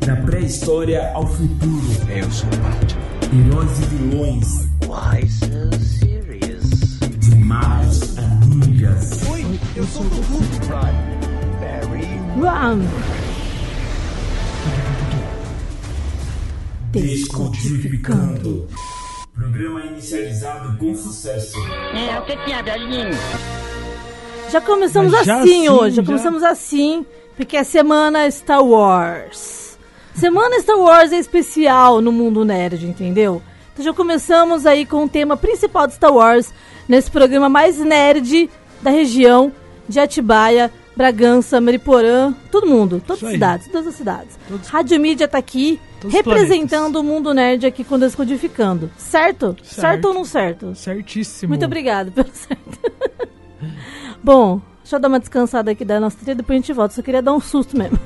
Da pré-história ao futuro. Eu sou o Batman. Heróis e vilões. Why so serious? De magos a ninjas. Oi, eu sou o Goku. Barry. Run! Descodificando. Programa inicializado com sucesso. O que é, velhinho? Já começamos Mas já assim sim, hoje, já. começamos assim, porque é semana Star Wars. Semana Star Wars é especial no mundo nerd, entendeu? Então já começamos aí com o tema principal de Star Wars, nesse programa mais nerd da região de Atibaia, Bragança, Mariporã, todo mundo, todas as cidades. Rádio Mídia tá aqui, representando o mundo nerd aqui com Descodificando. Certo? Certo ou não certo? Certíssimo. Muito obrigado pelo certo. Bom, deixa eu dar uma descansada aqui da nossa trilha, depois a gente volta. Só queria dar um susto mesmo.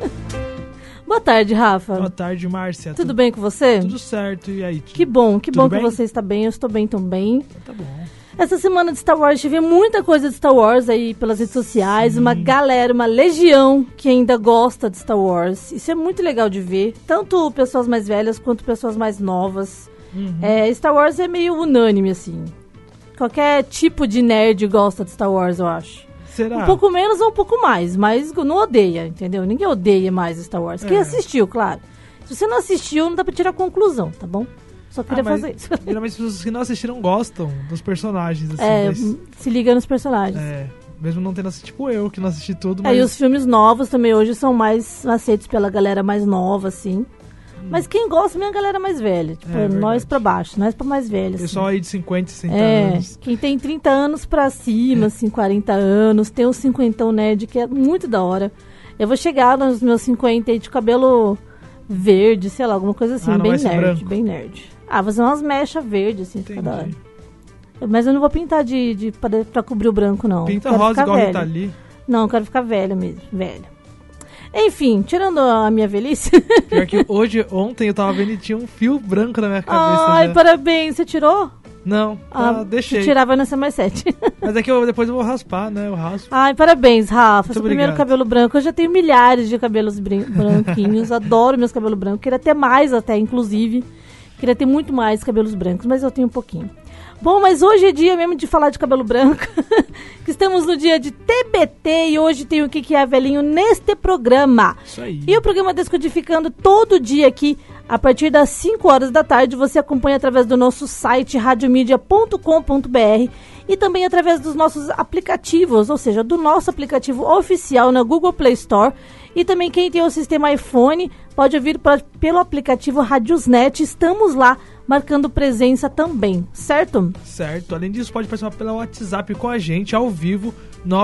Boa tarde, Rafa. Boa tarde, Márcia. Tudo bem com você? Tudo certo, e aí? Que bom que bem? você está bem. Eu estou bem também. Tá bom. Essa semana de Star Wars, a gente vê muita coisa de Star Wars aí pelas redes sociais. Uma galera, uma legião que ainda gosta de Star Wars. Isso é muito legal de ver. Tanto pessoas mais velhas quanto pessoas mais novas. Star Wars é meio unânime, assim. Qualquer tipo de nerd gosta de Star Wars, eu acho. Será? Um pouco menos ou um pouco mais, mas não odeia, entendeu? Ninguém odeia mais Star Wars. Quem assistiu, claro. Se você não assistiu, não dá pra tirar conclusão, tá bom? Só queria fazer isso. Geralmente as pessoas que não assistiram gostam dos personagens, assim. Se liga nos personagens. Mesmo não tendo assistido, tipo eu, que não assisti tudo, E os filmes novos também hoje são mais aceitos pela galera mais nova, assim. Mas quem gosta mesmo é a galera mais velha. Tipo, nós pra baixo, nós pra mais velhos. Pessoal assim. aí de 50, 60 anos. Quem tem 30 anos pra cima, assim, 40 anos, tem um 50 nerd que é muito da hora. Eu vou chegar nos meus 50 aí de cabelo verde, sei lá, alguma coisa assim, não bem vai ser nerd, branco? bem nerd. Fazer umas mechas verdes, assim, fica da hora. Mas eu não vou pintar pra cobrir o branco, não. Pinta Quero rosa ficar igual velha. tá ali. Não, eu quero ficar velha mesmo, velha. Enfim, tirando a minha velhice... Pior que ontem eu tava vendo e tinha um fio branco na minha cabeça. Ai, já. parabéns, você tirou? Não, deixei. Se tirar vai nascer mais 7. Mas é que depois eu vou raspar, né? Eu raspo. Ai, parabéns, Rafa. Muito Seu primeiro obrigado. cabelo branco. Eu já tenho milhares de cabelos branquinhos. Adoro meus cabelos brancos. Queria ter mais até, inclusive. Queria ter muito mais cabelos brancos, mas eu tenho um pouquinho. Bom, mas hoje é dia mesmo de falar de cabelo branco. Que estamos no dia de TBT e hoje tem o que é velhinho neste programa. Isso aí. E o programa Descodificando todo dia aqui, a partir das 5 horas da tarde, você acompanha através do nosso site radiomedia.com.br e também através dos nossos aplicativos, ou seja, do nosso aplicativo oficial na Google Play Store. E também quem tem o sistema iPhone pode ouvir pelo aplicativo Radiosnet. Estamos lá marcando presença também, certo? Certo. Além disso, pode participar pelo WhatsApp com a gente, ao vivo,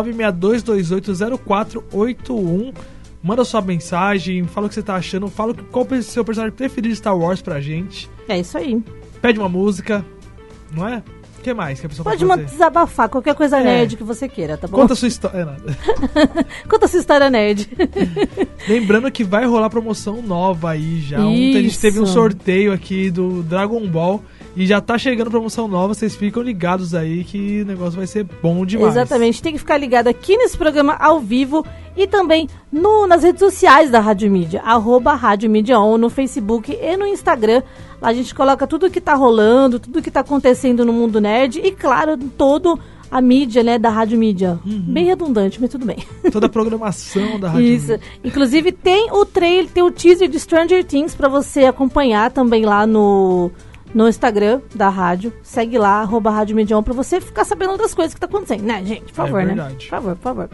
962280481. Manda sua mensagem, fala o que você tá achando, fala qual é o seu personagem preferido de Star Wars pra gente. É isso aí. Pede uma música, não é? O que mais que a pessoa Pode pode fazer? desabafar qualquer coisa nerd que você queira, tá bom? Conta a sua história. Nada. Conta a sua história nerd. Lembrando que vai rolar promoção nova aí já. Ontem a gente teve um sorteio aqui do Dragon Ball e já tá chegando promoção nova. Vocês ficam ligados aí que o negócio vai ser bom demais. Exatamente, tem que ficar ligado aqui nesse programa ao vivo e também nas redes sociais da Rádio Mídia, @Rádio Mídia On, no Facebook e no Instagram. Lá a gente coloca tudo que tá rolando, tudo que tá acontecendo no mundo nerd e, claro, todo a mídia, né, da Rádio Mídia. Bem redundante, mas tudo bem. Toda a programação da Rádio Isso. Mídia. Inclusive tem o trailer, tem o teaser de Stranger Things pra você acompanhar também lá no Instagram da rádio. Segue lá, @Rádio Mídia On, pra você ficar sabendo das coisas que tá acontecendo, né, gente? Por favor, né? verdade. Por favor.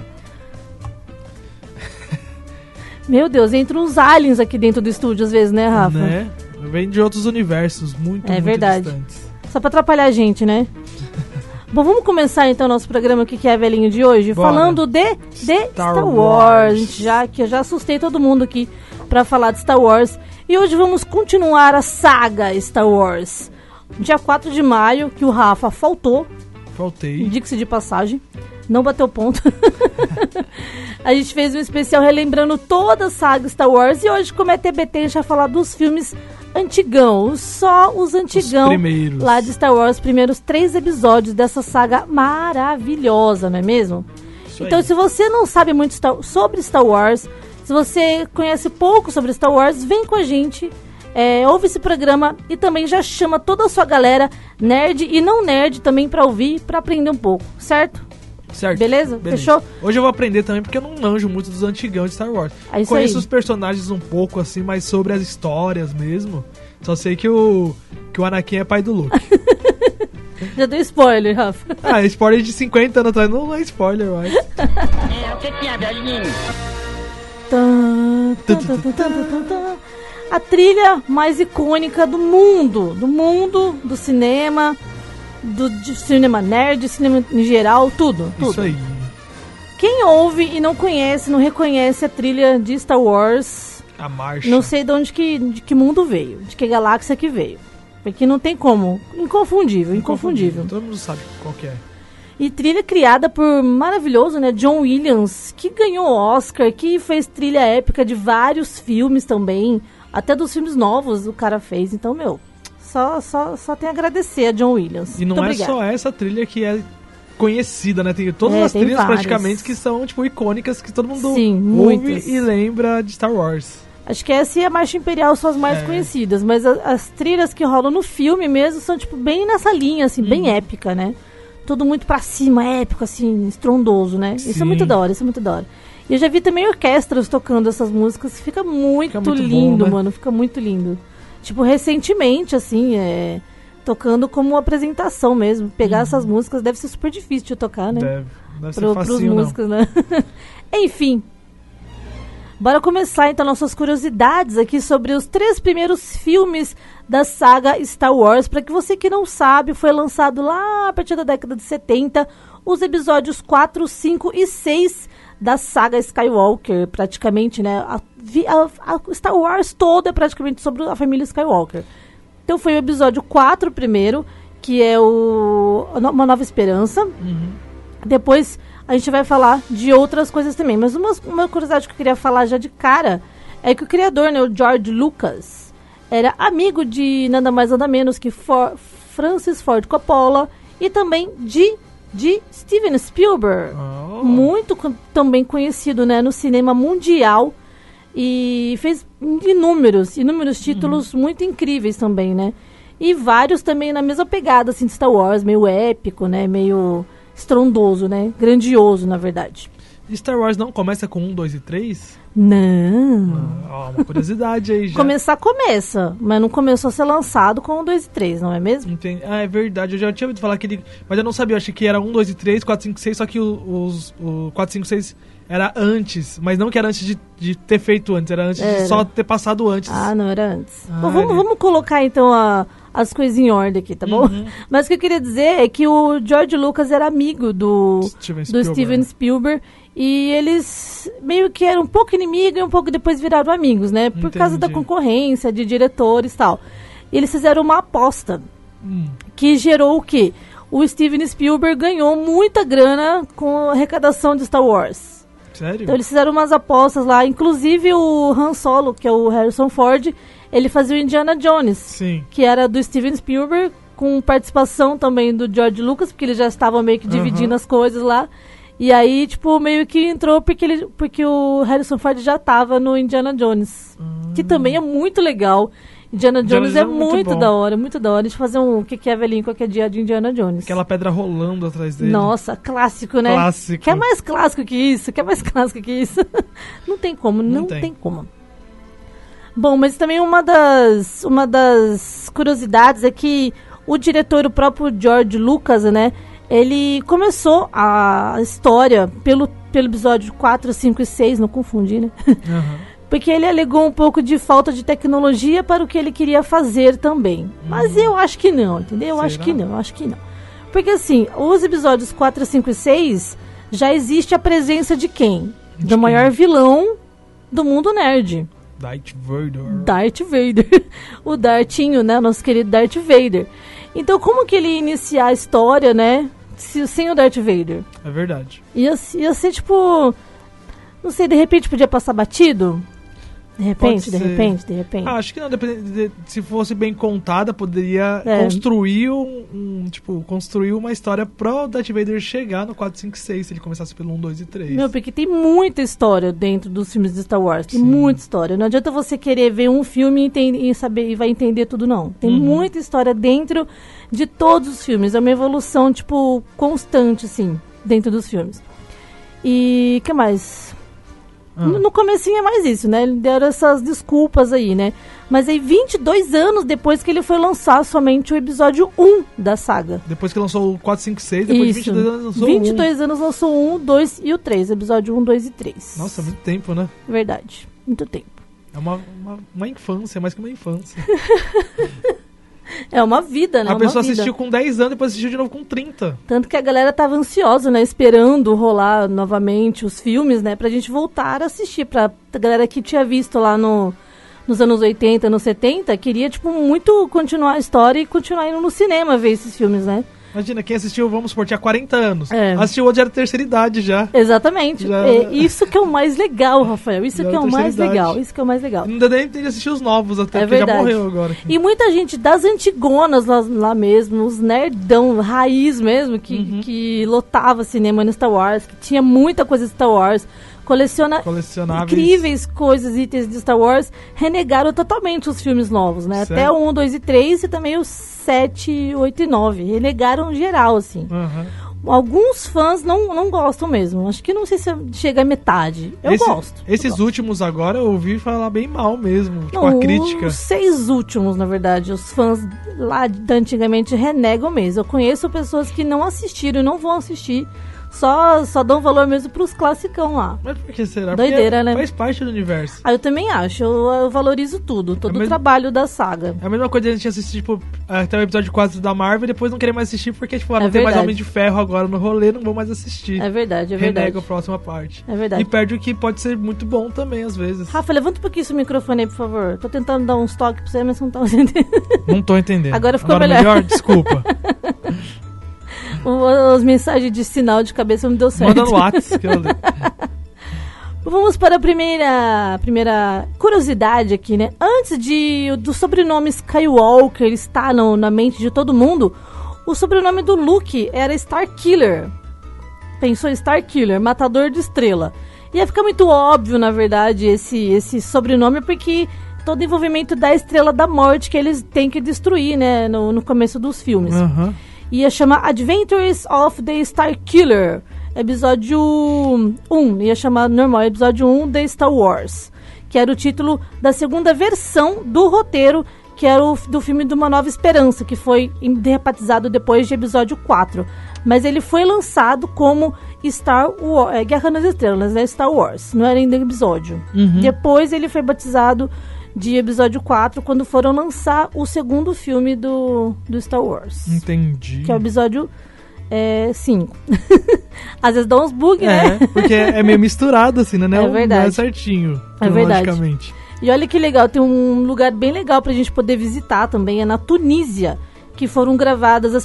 Meu Deus, entra uns aliens aqui dentro do estúdio às vezes, né, Rafa? Né? Vem de outros universos muito verdade. distantes. Só pra atrapalhar a gente, né? Bom, vamos começar então nosso programa aqui, que é velhinho de hoje, Bora. falando de Star Wars. Eu já assustei todo mundo aqui pra falar de Star Wars. E hoje vamos continuar a saga Star Wars. Dia 4 de maio, que o Rafa faltou. Faltei. Diga-se de passagem. Não bateu ponto. A gente fez um especial relembrando toda a saga Star Wars. E hoje, como é TBT, a gente vai falar dos filmes antigão. Só os antigão. Os primeiros. Lá de Star Wars, os primeiros 3 episódios dessa saga maravilhosa, não é mesmo? Isso então, aí. se você não sabe muito sobre Star Wars, Se você conhece pouco sobre Star Wars, vem com a gente, ouve esse programa e também já chama toda a sua galera, nerd e não nerd, também pra ouvir, pra aprender um pouco, certo? Certo. Beleza? Fechou? Hoje eu vou aprender também porque eu não manjo muito dos antigão de Star Wars. Conheço os personagens um pouco, assim, mas sobre as histórias mesmo. Só sei que o Anakin é pai do Luke. Já deu spoiler, Rafa. Spoiler de 50 anos atrás não é spoiler, mas... O que tinha, velhinho? A trilha mais icônica do mundo do cinema, de cinema nerd, cinema em geral, tudo. Isso aí. Quem ouve e não conhece, não reconhece a trilha de Star Wars, a marcha, não sei de que mundo veio, de que galáxia que veio, porque não tem como, inconfundível. Todo mundo sabe qual que é. E trilha criada por maravilhoso, né, John Williams, que ganhou Oscar, que fez trilha épica de vários filmes também, até dos filmes novos o cara fez. Então, só tem a agradecer a John Williams. E não é só essa trilha que é conhecida, né? Tem todas as trilhas várias, praticamente, que são, tipo, icônicas, que todo mundo ouve e lembra de Star Wars. Acho que essa e a Marcha Imperial são as mais conhecidas, mas as trilhas que rolam no filme mesmo são, tipo, bem nessa linha, assim, bem épica, né? Tudo muito pra cima, épico, assim, estrondoso, né? Sim. Isso é muito da hora. E eu já vi também orquestras tocando essas músicas, fica muito lindo, bom, né? Mano, fica muito lindo. Tipo, recentemente, assim, tocando como apresentação mesmo. Pegar essas músicas deve ser super difícil de tocar, né? Deve ser facinho, pros músicos, né? Enfim. Bora começar, então, nossas curiosidades aqui sobre os 3 primeiros filmes da saga Star Wars. Para que você que não sabe, foi lançado lá a partir da década de 70, os episódios 4, 5 e 6 da saga Skywalker, praticamente, né? A Star Wars toda é praticamente sobre a família Skywalker. Então foi o episódio 4 primeiro, que é Uma Nova Esperança. Depois a gente vai falar de outras coisas também. Mas uma curiosidade que eu queria falar já de cara é que o criador, né, o George Lucas, era amigo de nada mais nada menos que Francis Ford Coppola e também de Steven Spielberg. Muito também conhecido, né, no cinema mundial. E fez inúmeros títulos muito incríveis também, né? E vários também na mesma pegada, assim, de Star Wars, meio épico, né? Meio estrondoso, né? Grandioso, na verdade. E Star Wars não começa com 1, 2 e 3? Não. Uma curiosidade aí já. Começa, mas não começou a ser lançado com 1, 2 e 3, não é mesmo? Entendi. É verdade, eu já tinha ouvido falar que ele... Mas eu não sabia, eu achei que era 1, 2 e 3, 4, 5, 6, só que o 4, 5, 6 era antes, mas não que era antes de ter feito antes, era antes de só ter passado antes. Não era antes. Bom, vamos colocar então as coisas em ordem aqui, tá bom? Mas o que eu queria dizer é que o George Lucas era amigo do Steven Spielberg e eles meio que eram um pouco inimigos e um pouco depois viraram amigos, né? Por causa da concorrência de diretores e tal. E eles fizeram uma aposta que gerou o quê? O Steven Spielberg ganhou muita grana com a arrecadação de Star Wars. Sério? Então eles fizeram umas apostas lá, inclusive o Han Solo, que é o Harrison Ford, ele fazia o Indiana Jones, sim, que era do Steven Spielberg, com participação também do George Lucas, porque eles já estavam meio que dividindo as coisas lá. E aí, tipo, meio que entrou porque o Harrison Ford já tava no Indiana Jones, que também é muito legal. Indiana Jones é muito da hora, muito da hora. A gente fazer um que é velhinho qualquer dia de Indiana Jones. Aquela pedra rolando atrás dele. Nossa, clássico, né? Clássico. Quer mais clássico que isso? Não tem como, não tem como. Bom, mas também uma das curiosidades é que o diretor, o próprio George Lucas, né? Ele começou a história pelo episódio 4, 5 e 6, não confundir, né? Porque ele alegou um pouco de falta de tecnologia para o que ele queria fazer também. Mas eu acho que não, entendeu? Eu acho que não. Porque assim, os episódios 4, 5 e 6 já existe a presença de quem? Do maior vilão do mundo nerd. Darth Vader. O Dartinho, né? Nosso querido Darth Vader. Então como que ele ia iniciar a história, né? Sem o Darth Vader? É verdade. Ia ser tipo... Não sei, de repente podia passar batido? De repente, Pode de ser. repente, de repente. Acho que não, se fosse bem contada, poderia É. construir construir uma história pro Darth Vader chegar no 4, 5, 6, se ele começasse pelo 1, 2 e 3. Meu, porque tem muita história dentro dos filmes de Star Wars. Tem Sim. muita história. Não adianta você querer ver um filme e vai entender tudo, não. Tem muita história dentro de todos os filmes. É uma evolução, constante, assim, dentro dos filmes. E o que mais? No comecinho é mais isso, né? Ele deram essas desculpas aí, né? Mas aí 22 anos depois que ele foi lançar somente o episódio 1 da saga. Depois que lançou o 4, 5, 6, depois Isso. de 22 anos lançou 22 anos lançou o 1, 2 e o 3. Episódio 1, 2 e 3. Nossa, muito tempo, né? Verdade. Muito tempo. É uma infância, mais que uma infância. É uma vida, né? A Uma pessoa vida. assistiu com 10 anos, depois assistiu de novo com 30. Tanto que a galera tava ansiosa, né? Esperando rolar novamente os filmes, né? Pra gente voltar a assistir. Pra galera que tinha visto lá nos anos 80, anos 70, queria, muito continuar a história e continuar indo no cinema ver esses filmes, né? Imagina, quem assistiu, vamos supor, tinha 40 anos. É. Assistiu o outro já era terceira idade já. Exatamente. Já- É isso que é o mais legal, Rafael. Isso Já que é o terceira mais idade. legal. Isso que é o mais legal. Não deu nem tempo de assistir os novos, até É porque já verdade. morreu agora. E muita gente das antigonas lá mesmo, os nerdão, raiz mesmo, que lotava cinema no Star Wars, que tinha muita coisa de Star Wars, Colecionáveis. incríveis coisas, itens de Star Wars, renegaram totalmente os filmes novos, né? Sério? Até o 1, 2 e 3 e também os 7, 8 e 9. Renegaram geral, assim. Aham. Alguns fãs não gostam mesmo. Acho que não sei se chega a metade. Eu gosto. Esses últimos agora eu ouvi falar bem mal mesmo, com Não, a crítica. Os 6 últimos, na verdade, os fãs lá da antigamente renegam mesmo. Eu conheço pessoas que não assistiram e não vão assistir. Só dão valor mesmo pros classicão lá. Mas por que será? Doideira, Porque né? faz parte do universo. Eu também acho. Eu valorizo tudo. Todo o mesmo- trabalho da saga. É a mesma coisa de a gente assistir, até o episódio 4 da Marvel e depois não querer mais assistir porque, não tem mais verdade. Homem de Ferro agora no rolê, não vou mais assistir. É verdade, é Renega verdade. a próxima parte. É verdade. E perde o que pode ser muito bom também, às vezes. Rafa, levanta um pouquinho esse microfone aí, por favor. Tô tentando dar uns toques pra você, mas não tá entendendo. Não tô entendendo. Agora ficou melhor. Desculpa. As mensagens de sinal de cabeça não deu certo. Manda no WhatsApp. que eu leio. Vamos para a primeira curiosidade aqui, né? Antes do sobrenome Skywalker estar na mente de todo mundo, o sobrenome do Luke era Starkiller. Pensou em Starkiller, matador de estrela. Ia ficar muito óbvio, na verdade, esse sobrenome, porque todo o envolvimento da Estrela da Morte que eles têm que destruir, né? No começo dos filmes. Aham. Ia chamar Adventures of the Starkiller. Episódio 1. Ia chamar normal, episódio 1 The Star Wars. Que era o título da segunda versão do roteiro, que era do filme de Uma Nova Esperança, que foi rebatizado depois de episódio 4. Mas ele foi lançado como Star Wars, Guerra nas Estrelas, né? Star Wars. Não era ainda episódio. Depois ele foi batizado de episódio 4, quando foram lançar o segundo filme do Star Wars. Entendi. Que é o episódio 5. Às vezes dá uns bugs, né? Porque é meio misturado, assim, né? É verdade. Não é certinho, É verdade. cronologicamente. E olha que legal, tem um lugar bem legal pra gente poder visitar também, é na Tunísia, que foram gravadas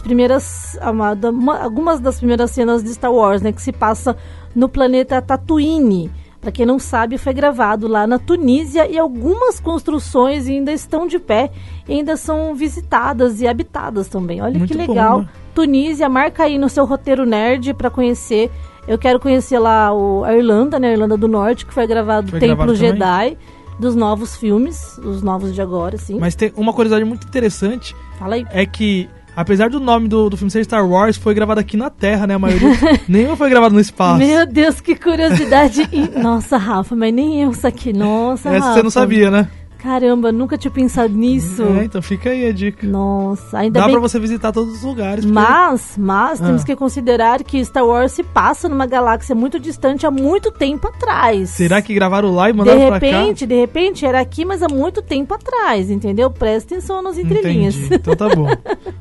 algumas das primeiras cenas de Star Wars, né? Que se passa no planeta Tatooine. Pra quem não sabe, foi gravado lá na Tunísia e algumas construções ainda estão de pé e ainda são visitadas e habitadas também. Olha Muito que bom, legal. né? Tunísia, marca aí no seu roteiro nerd pra conhecer. Eu quero conhecer lá a Irlanda, né? A Irlanda do Norte, que foi gravado o Foi Templo gravado Jedi, dos novos filmes, os novos de agora, assim. Mas tem uma curiosidade muito interessante, Fala aí. é que, apesar do nome do filme ser Star Wars, foi gravado aqui na Terra, né? A maioria. Nenhuma foi gravado no espaço. Meu Deus, que curiosidade. Nossa, Rafa, mas nem eu saquei. Nossa, Essa Rafa. você não sabia, né? Caramba, nunca tinha pensado nisso. Então fica aí a dica. Nossa, ainda Dá bem pra você visitar todos os lugares. porque- Mas temos que considerar que Star Wars se passa numa galáxia muito distante há muito tempo atrás. Será que gravaram lá e de mandaram pra cá? repente era aqui, mas há muito tempo atrás, entendeu? Presta atenção nas entrelinhas. Entendi. Então tá bom.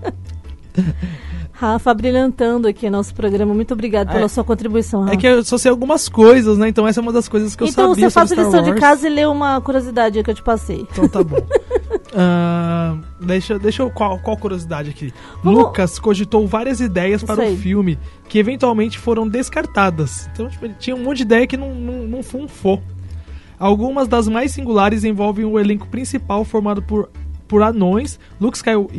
Rafa, brilhantando aqui nosso programa. Muito obrigado pela sua contribuição, Rafa. É que eu só sei algumas coisas, né? Então essa é uma das coisas que eu Então sabia você faz a sobre lição Star de Wars. casa e lê uma curiosidade que eu te passei. Então tá bom. Deixa eu... Qual curiosidade aqui? Vamos- Lucas cogitou várias ideias para aí. o filme que eventualmente foram descartadas. Então, tipo, ele tinha um monte de ideia que não funfou. Algumas das mais singulares envolvem o elenco principal formado por anões, Luke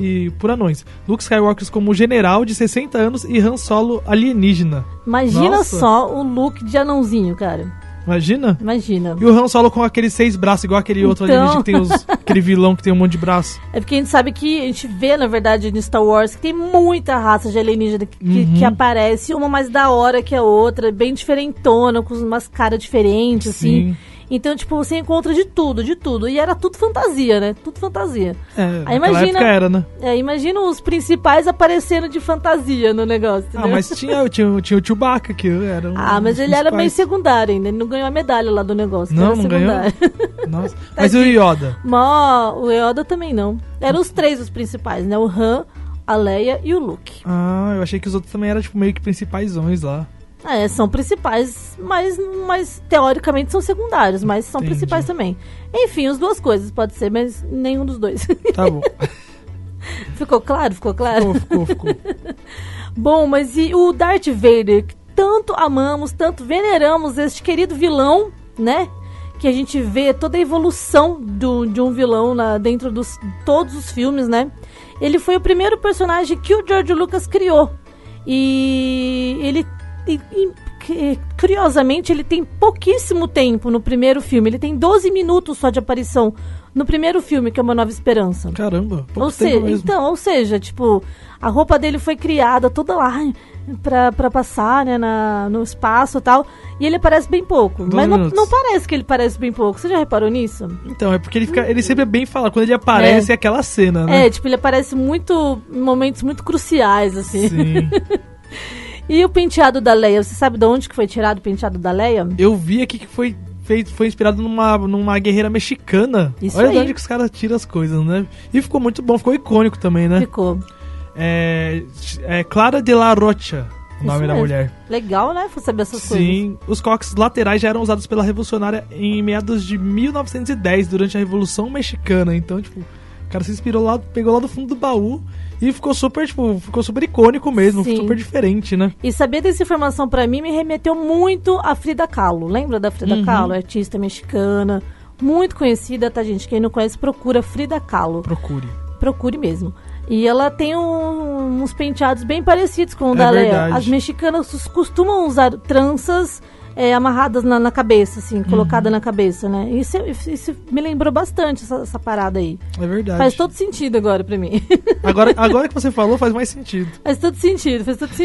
Skywalker como general de 60 anos e Han Solo alienígena. Imagina Nossa. só o Luke de anãozinho, cara. Imagina? Imagina. E o Han Solo com aqueles 6 braços, igual aquele outro Então. alienígena que tem aquele vilão que tem um monte de braço. É porque a gente sabe que, a gente vê, na verdade, no Star Wars, que tem muita raça de alienígena que aparece, uma mais da hora que a outra, bem diferentona, com umas caras diferentes, assim. Sim. Então, tipo, você encontra de tudo, de tudo. E era tudo fantasia, né? Tudo fantasia. Aí naquela época era, né? Imagina os principais aparecendo de fantasia no negócio, entendeu? Ah, mas tinha o Chewbacca, que era um mas dos ele era meio principais. secundário ainda. Ele não ganhou a medalha lá do negócio. Não, era não ganhou? secundário. Nossa. Mas e o Yoda? Mas o Yoda também não. Eram os 3 os principais, né? O Han, a Leia e o Luke. Ah, eu achei que os outros também eram, tipo, meio que principaisões lá. São principais, mas teoricamente são secundários, mas são Entendi. principais também. Enfim, as duas coisas pode ser, mas nenhum dos dois. Tá bom. Ficou claro? Ficou claro? Ficou. Bom, mas e o Darth Vader, que tanto amamos, tanto veneramos este querido vilão, né? Que a gente vê toda a evolução de um vilão dentro de todos os filmes, né? Ele foi o primeiro personagem que o George Lucas criou. E ele... curiosamente, ele tem pouquíssimo tempo no primeiro filme. Ele tem 12 minutos só de aparição no primeiro filme, que é Uma Nova Esperança. Caramba, pouco tempo mesmo. Ou seja, tipo, a roupa dele foi criada toda lá pra passar, né, no espaço e tal. E ele aparece bem pouco. Mas não parece que ele parece bem pouco. Você já reparou nisso? Então, é porque ele sempre é bem falado. Quando ele aparece, é aquela cena, né? Tipo, ele aparece em momentos muito cruciais, assim. Sim. E o penteado da Leia, você sabe de onde que foi tirado o penteado da Leia? Eu vi aqui que foi inspirado numa guerreira mexicana. Isso Olha aí. de onde que os caras tiram as coisas, né? E ficou muito bom, ficou icônico também, né? Ficou. É Clara de la Rocha, o nome da mesmo. mulher. Legal, né? Foi saber essas coisas. Sim, os coques laterais já eram usados pela revolucionária em meados de 1910, durante a Revolução Mexicana. Então, tipo, o cara se inspirou lá, pegou lá do fundo do baú e ficou super icônico mesmo, Sim. super diferente, né? E saber dessa informação pra mim me remeteu muito a Frida Kahlo. Lembra da Frida Kahlo? Artista mexicana, muito conhecida, tá, gente? Quem não conhece, procura Frida Kahlo. Procure mesmo. E ela tem uns penteados bem parecidos com o da Leia. Verdade. As mexicanas costumam usar tranças amarradas na cabeça, assim, colocada na cabeça, né? Isso me lembrou bastante essa parada aí. É verdade. Faz todo sentido agora pra mim. Agora que você falou, faz mais sentido. Faz todo sentido.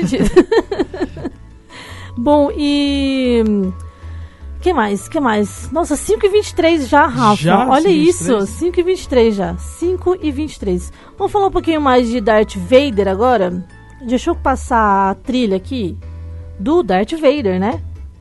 Bom, e... Que mais? Nossa, 5h23 já, Rafa. Já? Olha 5h23? isso, 5h23 já. 5h23. Vamos falar um pouquinho mais de Darth Vader agora? Deixa eu passar a trilha aqui do Darth Vader, né?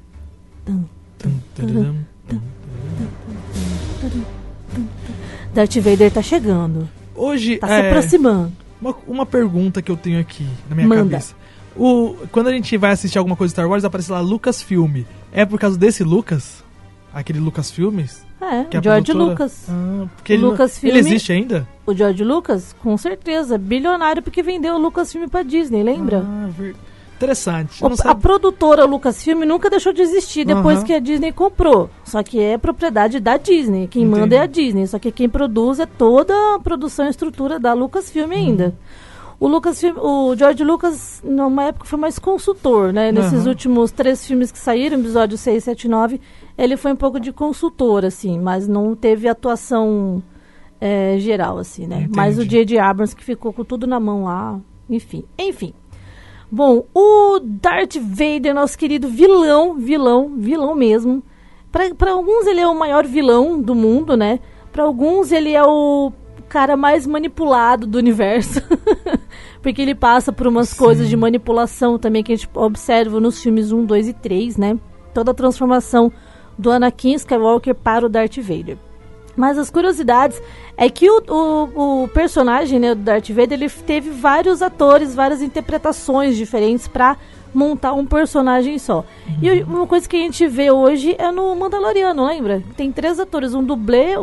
Darth Vader tá chegando. Hoje, Tá se aproximando. uma pergunta que eu tenho aqui na minha Manda. cabeça. Quando a gente vai assistir alguma coisa de Star Wars, aparece lá Lucasfilm. É por causa desse Lucas? Aquele Lucas Filmes? Que é a George produtora? Lucas. Porque ele existe ainda? O George Lucas, com certeza, bilionário porque vendeu o Lucasfilm pra Disney, lembra? Interessante. Eu não A sabia. produtora Lucasfilm nunca deixou de existir depois Aham. que a Disney comprou. Só que é propriedade da Disney. Quem Entendi. manda é a Disney. Só que quem produz é toda a produção e estrutura da Lucasfilm ainda. O George Lucas, numa época, foi mais consultor, né? Nesses Aham. últimos 3 filmes que saíram, episódio 6, 7 e 9, ele foi um pouco de consultor, assim, mas não teve atuação geral, assim, né? Entendi. Mas o J.J. Abrams que ficou com tudo na mão lá, enfim. Bom, o Darth Vader, nosso querido vilão mesmo. Para alguns ele é o maior vilão do mundo, né? Para alguns ele é o cara mais manipulado do universo. Porque ele passa por umas coisas de manipulação também que a gente observa nos filmes 1, 2 e 3, né? Toda a transformação do Anakin Skywalker para o Darth Vader. Mas as curiosidades é que o personagem, né, do Darth Vader, ele teve vários atores, várias interpretações diferentes para montar um personagem só. E uma coisa que a gente vê hoje é no Mandaloriano, lembra? Tem 3 atores, um dublê,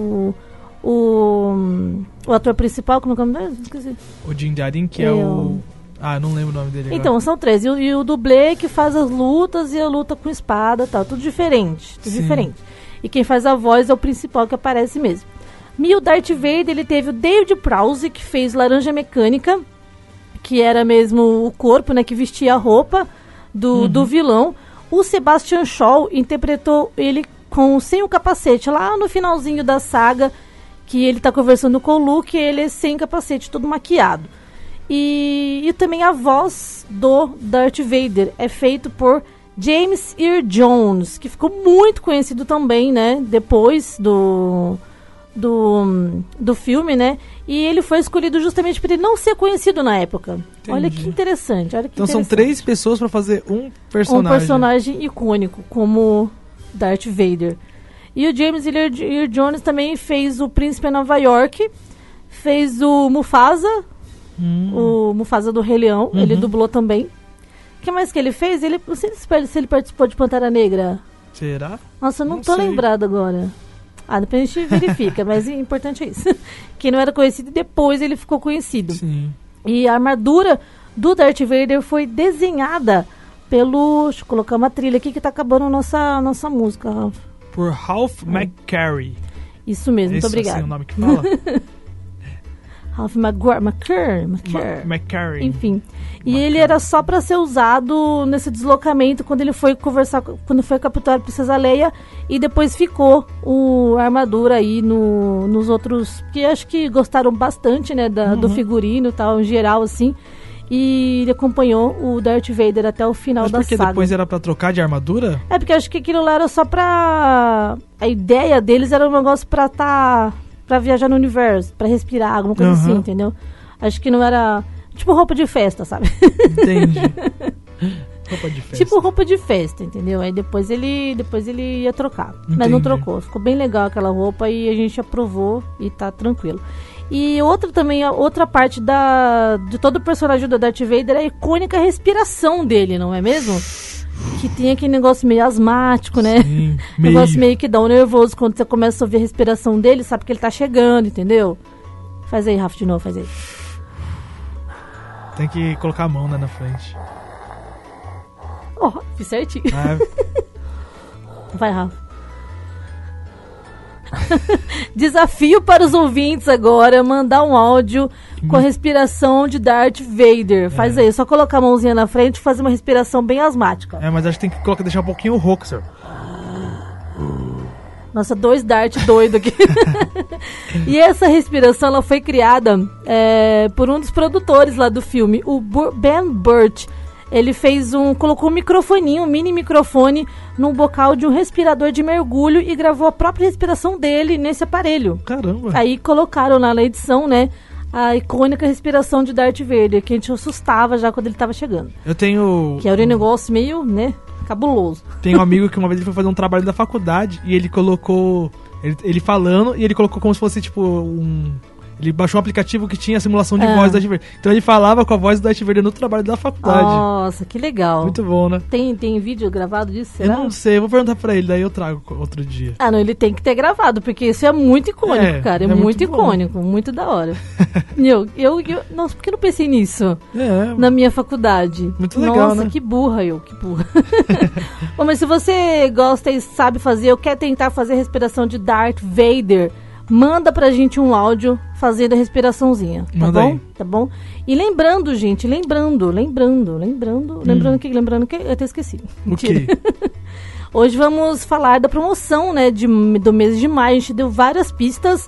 o ator principal, como é o nome dele? Esqueci. O Din Djarin, que é o... não lembro o nome dele agora. Então, são 3. E o dublê que faz as lutas e a luta com espada e tal. Tudo diferente. Sim. E quem faz a voz é o principal que aparece mesmo. E o Darth Vader, ele teve o David Prowse, que fez Laranja Mecânica, que era mesmo o corpo, né, que vestia a roupa do vilão. O Sebastian Shaw interpretou ele sem o capacete, lá no finalzinho da saga, que ele tá conversando com o Luke, ele é sem capacete, todo maquiado. E também a voz do Darth Vader é feito por James Earl Jones, que ficou muito conhecido também, né, depois do filme, né? E ele foi escolhido justamente por ele não ser conhecido na época. Entendi. Olha que interessante. Então são 3 pessoas pra fazer um personagem. Um personagem icônico, como Darth Vader. E o James Earl Jones também fez o Príncipe Nova York, fez o Mufasa, o Mufasa do Rei Leão, ele dublou também. O que mais que ele fez? Não sei se ele participou de Pantera Negra. Será? Nossa, eu não tô sei. lembrada agora. Depois a gente verifica, mas o importante é isso. Que não era conhecido e depois ele ficou conhecido. Sim. E a armadura do Darth Vader foi desenhada pelo... Deixa eu colocar uma trilha aqui que tá acabando a nossa música, Rafa. Por Ralph McQuarrie. Isso mesmo, muito obrigada. Esse é o nome que fala? Ralph McQuarrie. McQuarrie. Enfim. E ele era só para ser usado nesse deslocamento quando ele foi conversar, quando foi capturar a Princesa Leia, e depois ficou a armadura aí nos outros, que acho que gostaram bastante, né, do figurino e tal, em geral, assim. E ele acompanhou o Darth Vader até o final da saga. Mas porque depois era pra trocar de armadura? É, porque acho que aquilo lá era só pra... A ideia deles era um negócio pra viajar no universo, pra respirar, alguma coisa assim, entendeu? Acho que não era... Tipo roupa de festa, sabe? Entendi. Roupa de festa. Tipo roupa de festa, entendeu? Aí depois ele ia trocar. Entendi. Mas não trocou. Ficou bem legal aquela roupa e a gente aprovou e tá tranquilo. E outra parte de todo o personagem do Darth Vader é a icônica respiração dele, não é mesmo? Que tem aquele negócio meio asmático, né? Sim, negócio meio que dá um nervoso quando você começa a ouvir a respiração dele, sabe que ele tá chegando, entendeu? Faz aí, Rafa, de novo, faz aí. Tem que colocar a mão, né, na frente. Fiz certinho. Vai, Rafa. Desafio para os ouvintes agora, mandar um áudio com a respiração de Darth Vader. Faz aí, só colocar a mãozinha na frente e fazer uma respiração bem asmática. Mas acho que tem que deixar um pouquinho rouco, senhor. Nossa, 2 Darth doido aqui. E essa respiração, ela foi criada por um dos produtores lá do filme, o Ben Burtt. Ele colocou um microfoninho, um mini microfone, num bocal de um respirador de mergulho e gravou a própria respiração dele nesse aparelho. Caramba! Aí colocaram lá na edição, né, a icônica respiração de Darth Vader, que a gente assustava já quando ele tava chegando. Eu tenho... Que era um negócio meio, né, cabuloso. Tem um amigo que uma vez ele foi fazer um trabalho da faculdade e ele colocou... Ele falando e ele colocou como se fosse, tipo, Ele baixou um aplicativo que tinha a simulação de voz do Darth Vader. Então ele falava com a voz do Darth Vader no trabalho da faculdade. Nossa, que legal. Muito bom, né? Tem vídeo gravado disso, será? Eu não sei, eu vou perguntar pra ele, daí eu trago outro dia. Não, ele tem que ter gravado, porque isso é muito icônico, cara. É muito icônico, muito da hora. Nossa, por que eu não pensei nisso? Na minha faculdade? Muito legal, nossa, né? que burra. Bom, mas se você gosta e sabe fazer, ou quer tentar fazer a respiração de Darth Vader, manda pra gente um áudio fazendo a respiraçãozinha, tá manda bom? Aí. Tá bom? E lembrando, gente, lembrando que eu até esqueci. Mentira. Okay. Hoje vamos falar da promoção, né, do mês de maio. A gente deu várias pistas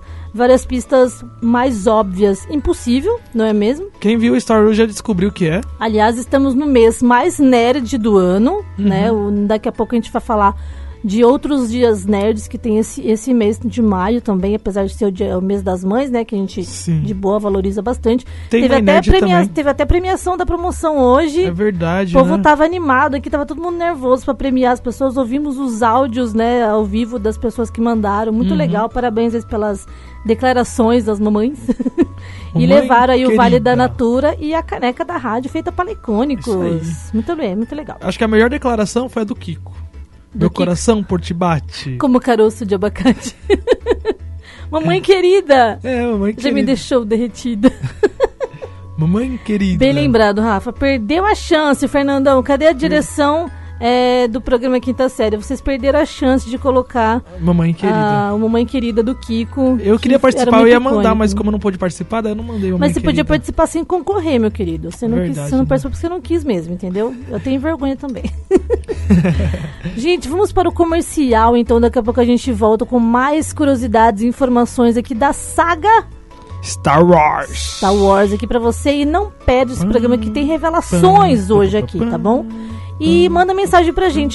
mais óbvias. Impossível, não é mesmo? Quem viu o Star Wars já descobriu o que é. Aliás, estamos no mês mais nerd do ano, né? Daqui a pouco a gente vai falar de outros dias nerds que tem esse mês de maio também, apesar de ser o mês das mães, né? Que a gente, de boa, valoriza bastante. Teve até premiação da promoção hoje. É verdade, o povo tava animado aqui, tava todo mundo nervoso para premiar as pessoas. Ouvimos os áudios, né, ao vivo das pessoas que mandaram. Muito legal, parabéns pelas declarações das mamães. E levaram aí o Vale da Natura e a caneca da rádio feita para Icônicos. Muito bem, muito legal. Acho que a melhor declaração foi a do Kiko. Meu coração por ti bate. Como caroço de abacate. Mamãe querida. Mamãe querida. Já me deixou derretida. Mamãe querida. Bem lembrado, Rafa. Perdeu a chance, Fernandão. Cadê a direção do programa Quinta Série. Vocês perderam a chance de colocar Mamãe Querida. a Mamãe Querida do Kiko. Eu queria era participar, eu muito ia mandar, icônico. mas como eu não pude participar, daí eu não mandei Mamãe Mas você podia Querida. participar sem concorrer, meu querido. Você não, Verdade, você não né? participou porque você não quis mesmo, entendeu? Eu tenho vergonha também. Gente, vamos para o comercial, então daqui a pouco a gente volta com mais curiosidades e informações aqui da saga Star Wars. Star Wars aqui pra você. E não perde esse programa que tem revelações hoje aqui, tá bom? E manda mensagem pra gente,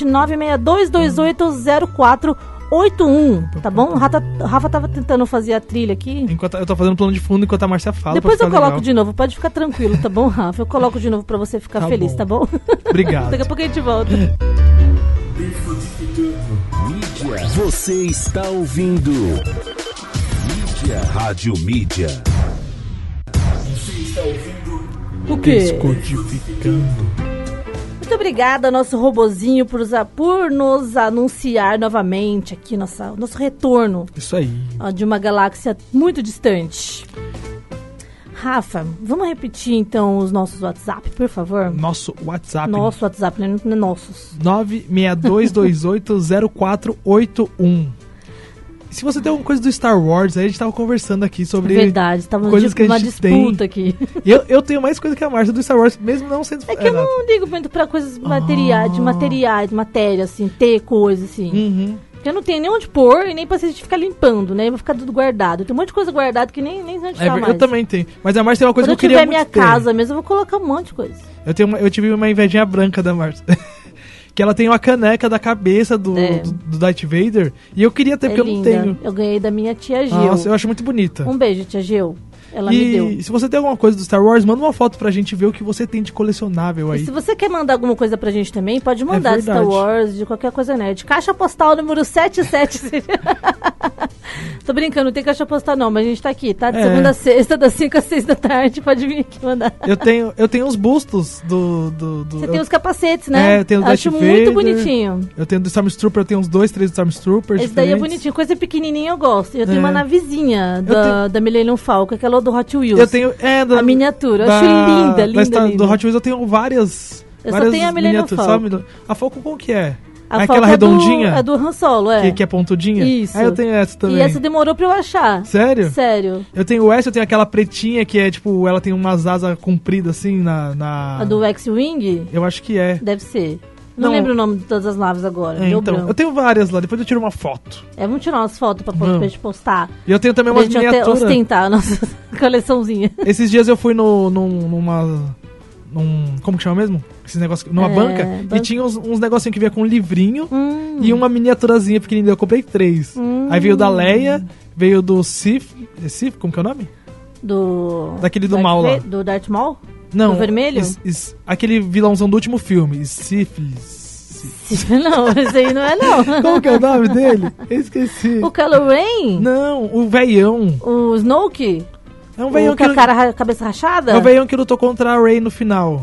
962280481, tá bom? O Rafa tava tentando fazer a trilha aqui. Enquanto eu tô fazendo plano de fundo enquanto a Márcia fala. Depois pra eu ficar coloco legal. de novo, pode ficar tranquilo, tá bom, Rafa? Eu coloco de novo pra você ficar Tá feliz, bom. tá bom? Obrigado. Daqui a pouco a gente volta. Decodificando. Você está ouvindo Mídia, Rádio Mídia. Você está ouvindo O quê? Descodificando. Muito obrigada, nosso robozinho, por nos anunciar novamente aqui nosso retorno Isso aí. de uma galáxia muito distante. Rafa, vamos repetir então os nossos WhatsApp, por favor? Nosso WhatsApp. Nosso WhatsApp, né? Não é nossos. 962280481. Se você tem alguma coisa do Star Wars, aí a gente tava conversando aqui sobre Verdade, estávamos coisas que a uma gente disputa tem. aqui. Eu tenho mais coisa que a Márcia do Star Wars, mesmo não sendo... É que eu não ligo muito pra coisas materiais, de matéria, assim, ter coisa, assim. Uhum. Porque eu não tenho nem onde pôr e nem paciência de ficar limpando, né? Vai ficar tudo guardado. Tem um monte de coisa guardada que nem onde deixar mais. Eu também tenho. Mas a Márcia tem uma coisa Quando que eu eu queria tiver minha muito ter. casa mesmo, eu vou colocar um monte de coisa. Eu tive uma invejinha branca da Márcia. Que ela tem uma caneca da cabeça do Darth Vader. E eu queria ter, porque eu não tenho. Eu ganhei da minha tia Gil. Nossa, eu acho muito bonita. Um beijo, tia Gil. Ela me deu. E se você tem alguma coisa do Star Wars, manda uma foto pra gente ver o que você tem de colecionável E aí. se você quer mandar alguma coisa pra gente também, pode mandar de Star verdade. Wars, de qualquer coisa nerd. Caixa postal número 77. Tô brincando, não tem caixa postal não, mas a gente tá aqui, tá? De segunda a sexta, das 5 às 6 da tarde, pode vir aqui mandar. Eu tenho os bustos do Você tem os capacetes, né? eu tenho o Acho Darth muito Vader. bonitinho. Eu tenho do Stormtrooper, eu tenho uns 2, 3 do Stormtrooper. Esse daí é diferentes. bonitinho, coisa pequenininha eu gosto. Eu tenho uma navezinha tenho- da Millennium Falcon, aquela do Hot Wheels. Eu tenho. A miniatura, eu acho linda, linda. Do Hot Wheels eu tenho várias. Eu só várias tenho a Millennium miniaturas. Falcon. A Falcon como que é? A É Falcon aquela redondinha? É do Han Solo, é. Que é pontudinha? Isso. Ah, eu tenho essa também. E essa demorou pra eu achar. Sério? Sério. Eu tenho essa, eu tenho aquela pretinha que é tipo, ela tem umas asas compridas assim na... A do X-Wing? Eu acho que é. Deve ser. Não Não. lembro o nome de todas as naves agora. É, Deu então, branco. eu tenho várias lá, depois eu tiro uma foto. Vamos tirar umas fotos pra Vamos. gente postar. E eu tenho também Pra umas gente até miniaturas. ostentar a nossa coleçãozinha. Esses dias eu fui numa... como que chama mesmo? Esses negócios, numa banca. banca. E tinha uns negocinhos que vinha com um livrinho e uma miniaturazinha pequenininha. Eu comprei 3. Aí veio da Leia, veio do Sith. É Sith? Como que é o nome? Daquele do Darth mal lá. Do Darth Maul? Não. Do vermelho? Aquele vilãozão do último filme. Sífilis. Não, esse aí não é não. Como que é o nome dele? Eu esqueci. O Kylo Ren? Não, o veião. O Snoke? É um veião O com a cabeça rachada? É o veião que lutou contra a Rey no final.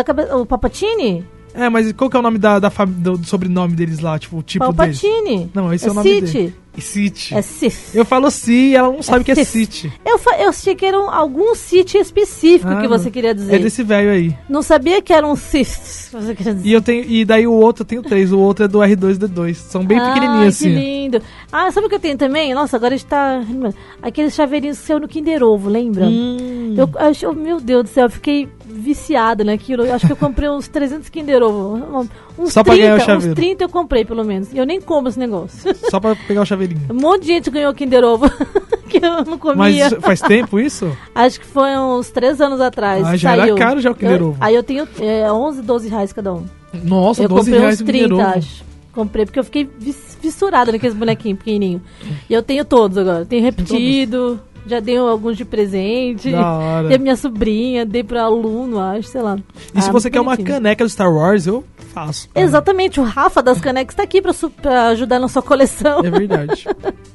O Palpatine? É, mas qual que é o nome do sobrenome deles lá? Tipo, o tipo deles? Palpatine. Não, esse é o nome Sith. dele. Sith. É Sith. Eu falo Sith e ela não sabe o que é Sith. Sith. Eu achei que era algum Sith específico que você não. queria dizer. É desse velho aí. Não sabia que era um Sith, que você queria dizer. E daí o outro, eu tenho 3. O outro é do R2-D2. São bem pequenininhos que assim. lindo. Ah, sabe o que eu tenho também? Nossa, agora a gente tá... Aqueles chaveirinhos que saiu no Kinder Ovo, lembra? Eu acho, meu Deus do céu, eu fiquei viciada naquilo. Eu acho que eu comprei uns 300 Kinder Ovo. Só pra ganhar o chaveiro. Uns 30 eu comprei, pelo menos. E eu nem como esse negócio. Só pra pegar o chaveirinho. Um monte de gente ganhou Kinder Ovo que eu não comia. Mas faz tempo isso? Acho que foi uns 3 anos atrás. Ah, já saiu. era caro já o Kinder Ovo. Aí eu tenho 11, 12 reais cada um. Nossa, Eu 12 comprei reais uns o Kinder 30, Ovo. acho. Comprei, porque eu fiquei fissurada naqueles bonequinhos pequenininhos. E eu tenho todos agora. Tenho repetido, já dei alguns de presente. Da hora. Dei a minha sobrinha, dei pra aluno, acho, sei lá. E se você quer uma bonitinho. caneca do Star Wars, eu faço. Exatamente, o Rafa das canecas tá aqui pra ajudar na sua coleção. É verdade.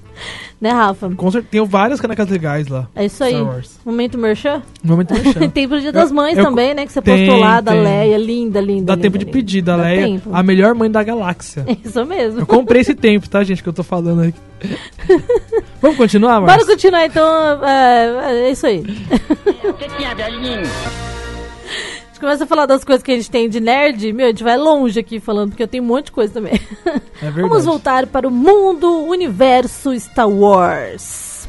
Né, Rafa? Com certeza, tenho várias canecas legais lá. É isso aí. Star Wars. Momento merchan? Momento merchan. Tem pro Dia das Mães eu- também, né? Que você tem, postou lá da tem. Leia. Linda, linda. Dá linda, tempo de linda. pedir da Dá Leia, tempo. a melhor mãe da galáxia. Isso mesmo. Eu comprei esse tempo, tá, gente, que eu tô falando aqui. Vamos continuar, Bora Márcio? continuar, então. É isso aí. O que tinha, velhinho? gente começa a falar das coisas que a gente tem de nerd, a gente vai longe aqui falando, porque eu tenho um monte de coisa também. É verdade. Vamos voltar para o mundo, universo Star Wars.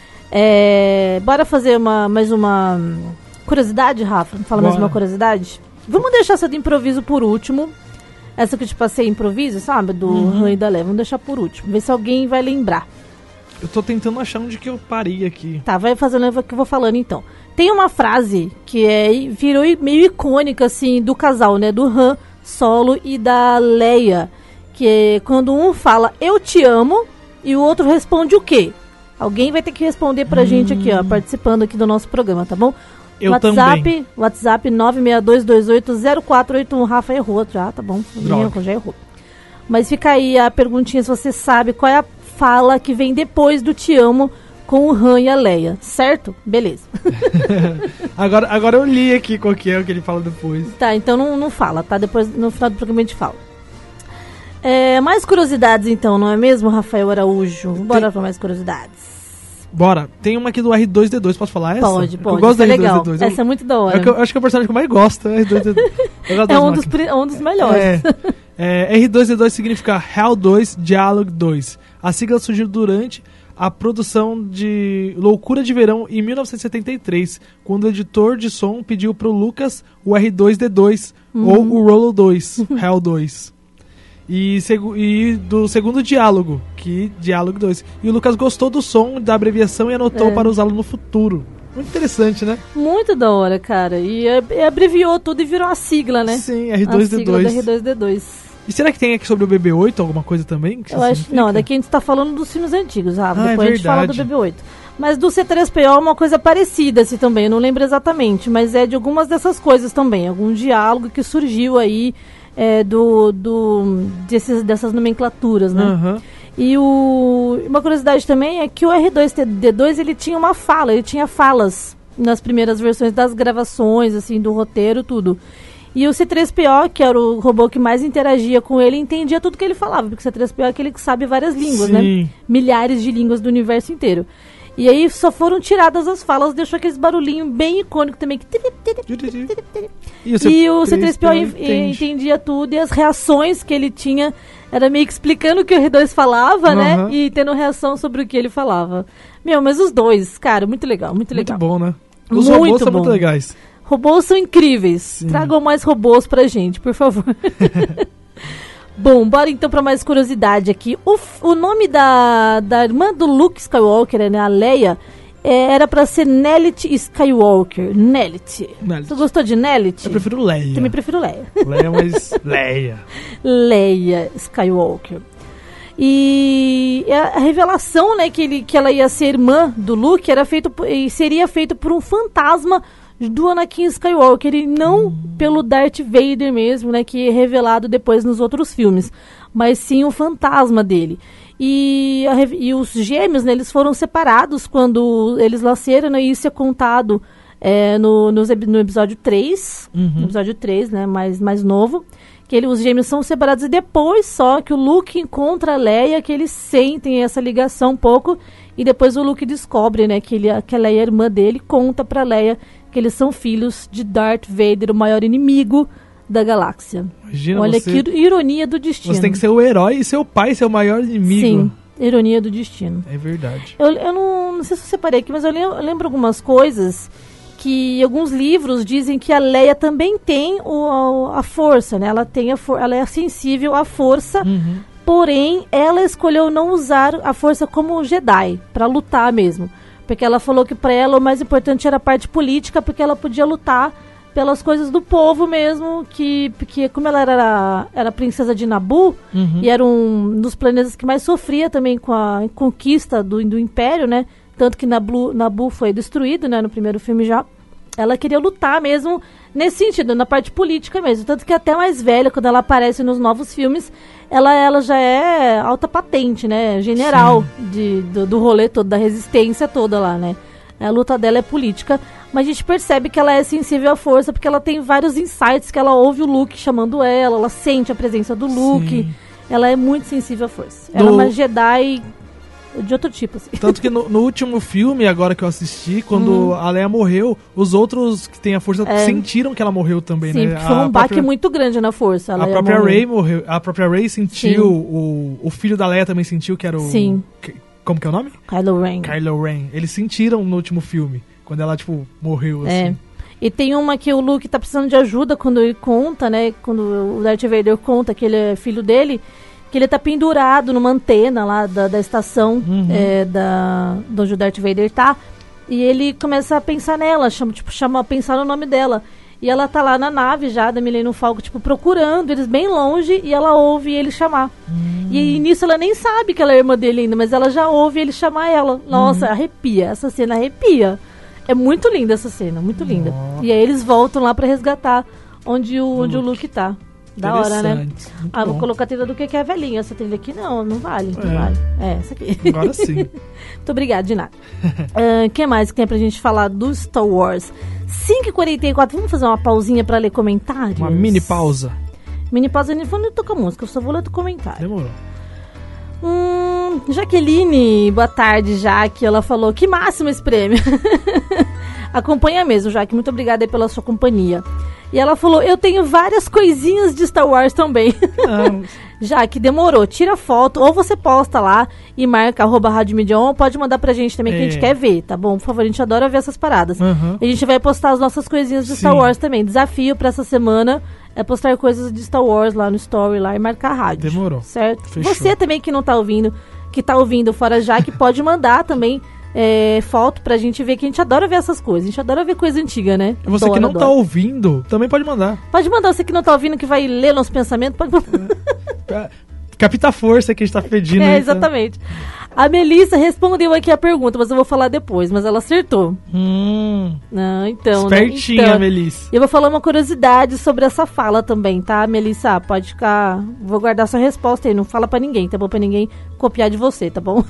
Bora fazer mais uma curiosidade, Rafa? Fala mais uma curiosidade? Vamos deixar essa do improviso por último. Essa que eu te passei improviso, sabe? Do Han e da Leia. Vamos deixar por último. Ver se alguém vai lembrar. Eu tô tentando achar onde que eu parei aqui. Tá, vai fazendo o que eu vou falando então. Tem uma frase que virou meio icônica, assim, do casal, né? Do Han Solo e da Leia. Que é quando um fala, eu te amo, e o outro responde o quê? Alguém vai ter que responder pra gente aqui, ó, participando aqui do nosso programa, tá bom? Eu também. WhatsApp 962280481. Rafa errou já, tá bom? Já errou. Mas fica aí a perguntinha se você sabe qual é a fala que vem depois do te amo com o Han e a Leia, certo? Beleza. agora eu li aqui qual que é o que ele fala depois. Tá, então não fala, tá? Depois, no final do programa a gente fala. Mais curiosidades então, não é mesmo, Rafael Araújo? Bora pra mais curiosidades. Bora. Tem uma aqui do R2D2, posso falar essa? Pode. Eu gosto da R2D2. Essa é muito da hora. Eu acho que é o personagem que eu mais gosto, R2D2. Um dos melhores. R2D2 significa Hell 2, Dialogue 2. A sigla surgiu durante a produção de Loucura de Verão em 1973, quando o editor de som pediu pro Lucas o R2D2 ou o Rolo 2, Hell 2. E do segundo diálogo, Diálogo 2. E o Lucas gostou do som da abreviação e anotou para usá-lo no futuro. Muito interessante, né? Muito da hora, cara. E abreviou tudo e virou a sigla, né? Sim, R2D2. A sigla do R2D2. E será que tem aqui sobre o BB-8 alguma coisa também? Eu acho que não, daqui a gente tá falando dos filmes antigos, Rafa. Depois a gente fala do BB-8. Mas do C3PO é uma coisa parecida, assim, também. Eu não lembro exatamente, mas é de algumas dessas coisas também. Algum diálogo que surgiu aí dessas nomenclaturas, né? Uhum. E uma curiosidade também é que o R2D2, ele tinha uma fala, ele tinha falas nas primeiras versões das gravações, assim, do roteiro, tudo. E o C3PO, que era o robô que mais interagia com ele, entendia tudo que ele falava, porque o C3PO é aquele que sabe várias línguas, né? Milhares de línguas do universo inteiro. E aí só foram tiradas as falas, deixou aquele barulhinho bem icônico também. E o C3PO entendia tudo, e as reações que ele tinha era meio que explicando o que o R2 falava, né? E tendo reação sobre o que ele falava. Mas os dois, cara, muito legal, muito legal. Muito bom, né? Os robôs são muito legais. Robôs são incríveis. Sim. Tragam mais robôs pra gente, por favor. Bom, bora então pra mais curiosidade aqui. O nome da irmã do Luke Skywalker, né, a Leia, era pra ser Nellit Skywalker. Nellit. Você gostou de Nellit? Eu prefiro Leia. Também prefiro Leia. Leia, mas Leia. Leia Skywalker. E a revelação, né, que ela ia ser irmã do Luke seria feito por um fantasma do Anakin Skywalker e não pelo Darth Vader mesmo, né, que é revelado depois nos outros filmes, mas sim o fantasma dele. E os gêmeos, né, eles foram separados quando eles nasceram, né, e isso é contado no episódio 3, no episódio 3, né, mais novo, que os gêmeos são separados e depois só que o Luke encontra a Leia, que eles sentem essa ligação um pouco, e depois o Luke descobre, né, que a Leia é irmã dele, conta pra Leia que eles são filhos de Darth Vader, o maior inimigo da galáxia. Imagina. Olha que ironia do destino. Você tem que ser o herói e seu pai ser o maior inimigo. Sim, ironia do destino. É verdade. Eu não sei se eu separei aqui, mas eu lembro algumas coisas que alguns livros dizem que a Leia também tem a força, né? Ela é sensível à força, porém ela escolheu não usar a força como Jedi, para lutar mesmo. Porque ela falou que para ela o mais importante era a parte política, porque ela podia lutar pelas coisas do povo mesmo, porque como ela era princesa de Naboo, e era um dos planetas que mais sofria também com a conquista do Império, né? Tanto que Naboo foi destruído, né, no primeiro filme já. Ela queria lutar mesmo nesse sentido, na parte política mesmo. Tanto que até mais velha, quando ela aparece nos novos filmes, ela já é alta patente, né? General do rolê todo, da resistência toda lá, né? A luta dela é política, mas a gente percebe que ela é sensível à força, porque ela tem vários insights, que ela ouve o Luke chamando ela sente a presença do Luke. Ela é muito sensível à força. Ela é uma Jedi de outro tipo, assim. Tanto que no último filme, agora que eu assisti, quando a Leia morreu, os outros que têm a força sentiram que ela morreu também, Sim, né? porque foi um baque muito grande na força. A própria Rey morreu. A própria Rey sentiu, o filho da Leia também sentiu, que era o... Sim. Como que é o nome? Kylo Ren. Eles sentiram no último filme, quando ela, tipo, morreu, assim. E tem uma que o Luke tá precisando de ajuda quando ele conta, né? Quando o Darth Vader conta que ele é filho dele, que ele tá pendurado numa antena lá da estação de onde o Darth Vader tá. E ele começa a pensar nela, chama a pensar no nome dela. E ela tá lá na nave já, da Millennium Falcon, tipo, procurando eles bem longe, e ela ouve ele chamar. E nisso ela nem sabe que ela é irmã dele ainda, mas ela já ouve ele chamar ela. Nossa, arrepia, essa cena arrepia. É muito linda essa cena, muito linda. E aí eles voltam lá pra resgatar onde o Luke tá. Da hora, né? Vou colocar a trilha do que é velhinha. Essa trilha aqui não vale. Não vale. Essa aqui. Agora sim. Muito obrigada, de nada. O que mais que tem pra gente falar do Star Wars? 5h44, vamos fazer uma pausinha pra ler comentários? Uma mini pausa. Mini pausa, nem vou tocar música, eu só vou ler o comentário. Demorou. Jaqueline, boa tarde, Jaque. Ela falou, que máximo esse prêmio. Acompanha mesmo, Jaque, muito obrigada aí pela sua companhia. E ela falou, eu tenho várias coisinhas de Star Wars também. Jaque, demorou, tira foto, ou você posta lá e marca @Rádio Mídia On, pode mandar pra gente também, que a gente quer ver, tá bom? Por favor, a gente adora ver essas paradas. E a gente vai postar as nossas coisinhas de Star Wars também. Desafio pra essa semana é postar coisas de Star Wars lá no Story lá e marcar a rádio. Demorou. Certo? Fechou. Você também que não tá ouvindo, que tá ouvindo fora Jaque, pode mandar também foto pra gente ver, que a gente adora ver essas coisas. A gente adora ver coisa antiga, né? Você que não tá ouvindo, também pode mandar. Pode mandar, você que não tá ouvindo, que vai ler nosso pensamento, pode mandar. Capta a força que a gente tá pedindo. Exatamente. A Melissa respondeu aqui a pergunta, mas eu vou falar depois, mas ela acertou. Não, então, espertinha, então, Melissa. Eu vou falar uma curiosidade sobre essa fala também, tá, Melissa? Pode ficar... Vou guardar sua resposta aí, não fala pra ninguém, tá bom? Pra ninguém copiar de você, tá bom?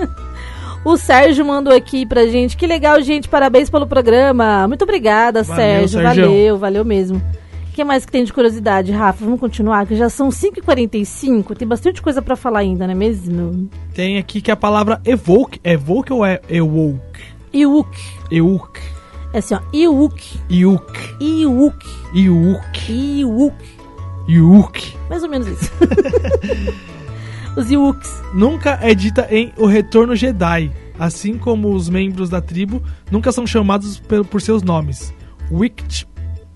O Sérgio mandou aqui pra gente. Que legal, gente. Parabéns pelo programa. Muito obrigada, Sérgio. Valeu mesmo. O que mais que tem de curiosidade, Rafa? Vamos continuar, que já são 5h45. Tem bastante coisa pra falar ainda, não é mesmo? Tem aqui que a palavra evoke. É evoke ou é ewoke? Ewoke. Ewoke. É assim, ó. Ewoke. Ewoke. Ewoke. Ewoke. Ewoke. Ewoke. Mais ou menos isso. Os Ewoks. Nunca é dita em O Retorno Jedi, assim como os membros da tribo nunca são chamados por seus nomes. Wicket,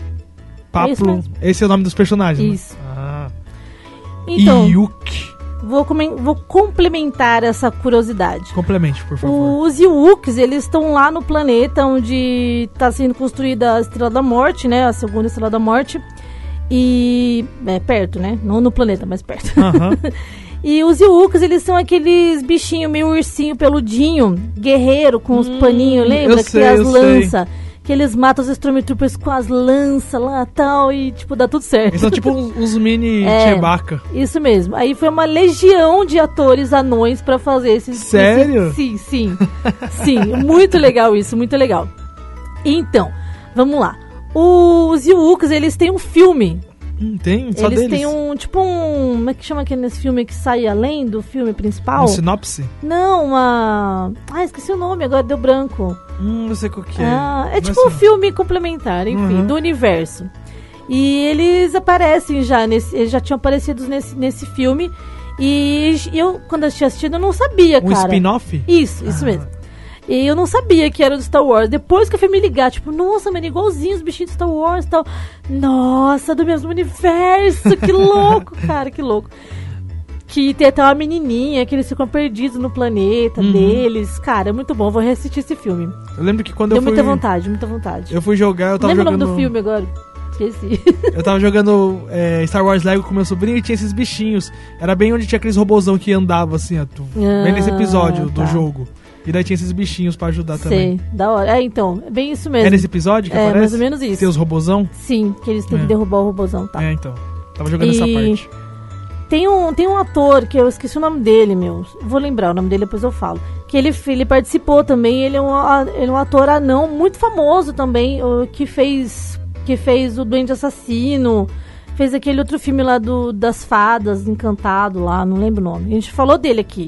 Paplo, esse é o nome dos personagens. Isso. Né? Então, Ewoke. Vou complementar essa curiosidade. Complemente, por favor. Os Ewoks, eles estão lá no planeta onde está sendo construída a Estrela da Morte, né? A segunda Estrela da Morte. E... perto, né? Não no planeta, mas perto. E os Ewoks, eles são aqueles bichinhos meio ursinho peludinho, guerreiro, com os paninhos, lembra? Que tem as lanças. Que eles matam os Stormtroopers com as lanças lá e tal, e tipo, dá tudo certo. Eles são tipo uns mini Chewbacca. Isso mesmo. Aí foi uma legião de atores anões pra fazer esses... Sério? Sim. Sim, muito legal isso, muito legal. Então, vamos lá. Os Ewoks, eles têm um filme. Tem? Só eles deles? têm como é que chama aquele filme que sai além do filme principal? Um sinopse? Não, esqueci o nome, agora deu branco. Não sei qual que é. É tipo um filme complementar, enfim, do universo. E eles aparecem já, eles já tinham aparecido nesse filme. E eu, quando eu tinha assistido, eu não sabia, cara. Um spin-off? Isso mesmo. E eu não sabia que era do Star Wars. Depois que eu fui me ligar, tipo, nossa, mano, igualzinho os bichinhos do Star Wars e tal. Nossa, do mesmo universo. Que louco, cara, que louco. Que tem até uma menininha, que eles ficam perdidos no planeta deles. Cara, é muito bom, vou reassistir esse filme. Eu lembro que quando Deu muita vontade. Eu fui jogar, eu tava jogando... Lembra o nome do filme agora? Esqueci. Eu tava jogando Star Wars Lego com meu sobrinho e tinha esses bichinhos. Era bem onde tinha aqueles robôzão que andava assim, ó. Bem nesse episódio do jogo. E daí tinha esses bichinhos pra ajudar também. Sei, da hora. Então, é bem isso mesmo. É nesse episódio que aparece? Mais ou menos isso. Tem os robôzão? Sim, que eles têm que derrubar o robôzão, tá? Então. Tava jogando essa parte. Tem um ator, que eu esqueci o nome dele, vou lembrar o nome dele, depois eu falo. Que ele participou também, ele é um ator anão muito famoso também, que fez o Duende Assassino, fez aquele outro filme lá das fadas, Encantado lá, não lembro o nome. A gente falou dele aqui.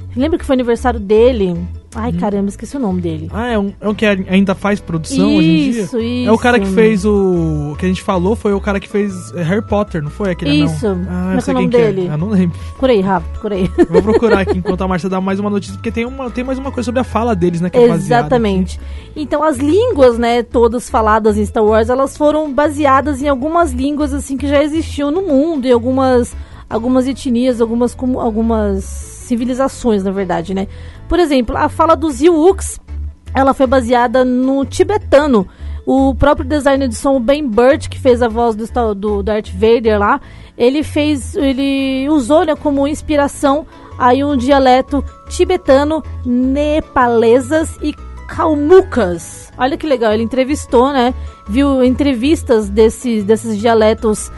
Lembra que foi aniversário dele? Ai, caramba, esqueci o nome dele. Ah, é um que ainda faz produção hoje em dia? Isso. É o cara que fez o que a gente falou, foi o cara que fez Harry Potter, não foi aquele Isso. não? Como é que é o nome dele? Ah, não lembro. Procurei, Rafa, procurei. Vou procurar aqui enquanto a Márcia dá mais uma notícia, porque tem mais uma coisa sobre a fala deles, né? Que é baseada Exatamente. Então, as línguas, né, todas faladas em Star Wars, elas foram baseadas em algumas línguas, assim, que já existiam no mundo, em algumas etnias, algumas civilizações, na verdade, né? Por exemplo, a fala dos Ewoks, ela foi baseada no tibetano. O próprio designer de som, o Ben Burtt, que fez a voz do Darth Vader lá, ele usou, né, como inspiração aí um dialeto tibetano, nepalesas e calmucas. Olha que legal, ele entrevistou, né? Viu entrevistas desses dialetos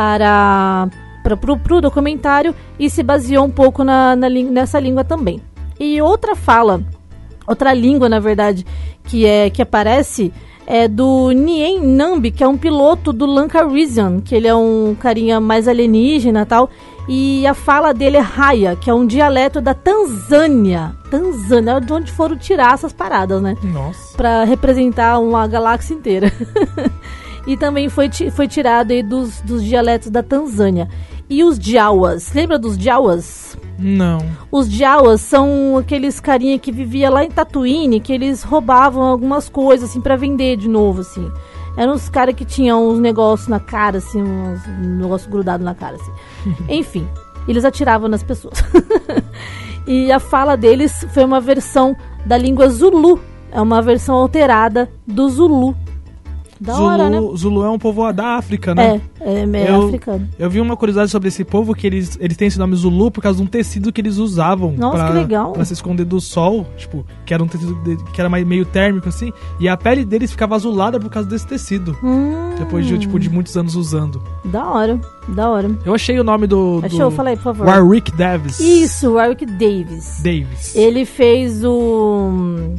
pro documentário e se baseou um pouco nessa língua também. E outra língua, na verdade, que aparece é do Nien Nambi, que é um piloto do Lancarizian, que ele é um carinha mais alienígena e tal, e a fala dele é Raya, que é um dialeto da Tanzânia, de onde foram tirar essas paradas, né? Nossa. Pra representar uma galáxia inteira. E também foi tirado aí dos dialetos da Tanzânia. E os Jawas, lembra dos Jawas? Não. Os Jawas são aqueles carinha que vivia lá em Tatooine, que eles roubavam algumas coisas, assim, pra vender de novo, assim. Eram uns caras que tinham uns negócios na cara, assim, uns negócios grudados na cara, assim. Enfim, eles atiravam nas pessoas. E a fala deles foi uma versão da língua Zulu. É uma versão alterada do Zulu. Da hora, né? Zulu é um povo da África, né? É africano. Eu vi uma curiosidade sobre esse povo, que eles têm esse nome Zulu por causa de um tecido que eles usavam. Nossa, que legal. Pra se esconder do sol, tipo, que era um tecido que era meio térmico, assim, e a pele deles ficava azulada por causa desse tecido. Depois de muitos anos usando. Da hora. Eu achei o nome do... Achou? Fala aí, por favor. Warwick Davis. Isso, Warwick Davis. Ele fez um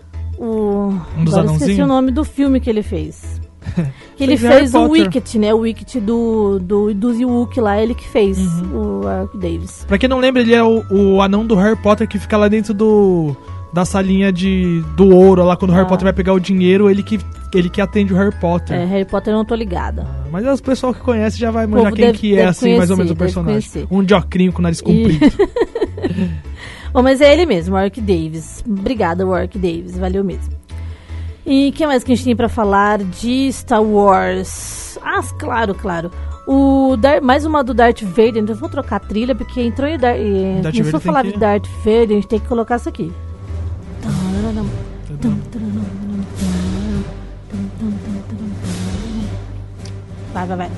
dos anãozinhos? Esqueci o nome do filme que ele fez. Que ele fez o Wicket, né? O Wicket do Ewok lá, ele que fez, o Warwick Davis. Pra quem não lembra, ele é o anão do Harry Potter que fica lá dentro da salinha do ouro, lá quando o Harry Potter vai pegar o dinheiro, ele que atende o Harry Potter. Harry Potter eu não tô ligada. Mas o pessoal que conhece já vai manjar quem que é, assim, conhecer, mais ou menos o personagem. Um diocrinho com o nariz comprido. Bom, mas é ele mesmo, Warwick Davis. Obrigada, Warwick Davis, valeu mesmo. E o que mais que a gente tem pra falar de Star Wars? Ah, claro. Mais uma do Darth Vader. Então eu vou trocar a trilha, porque entrou em começou a falar de Darth Vader, a gente tem que colocar isso aqui. Vai.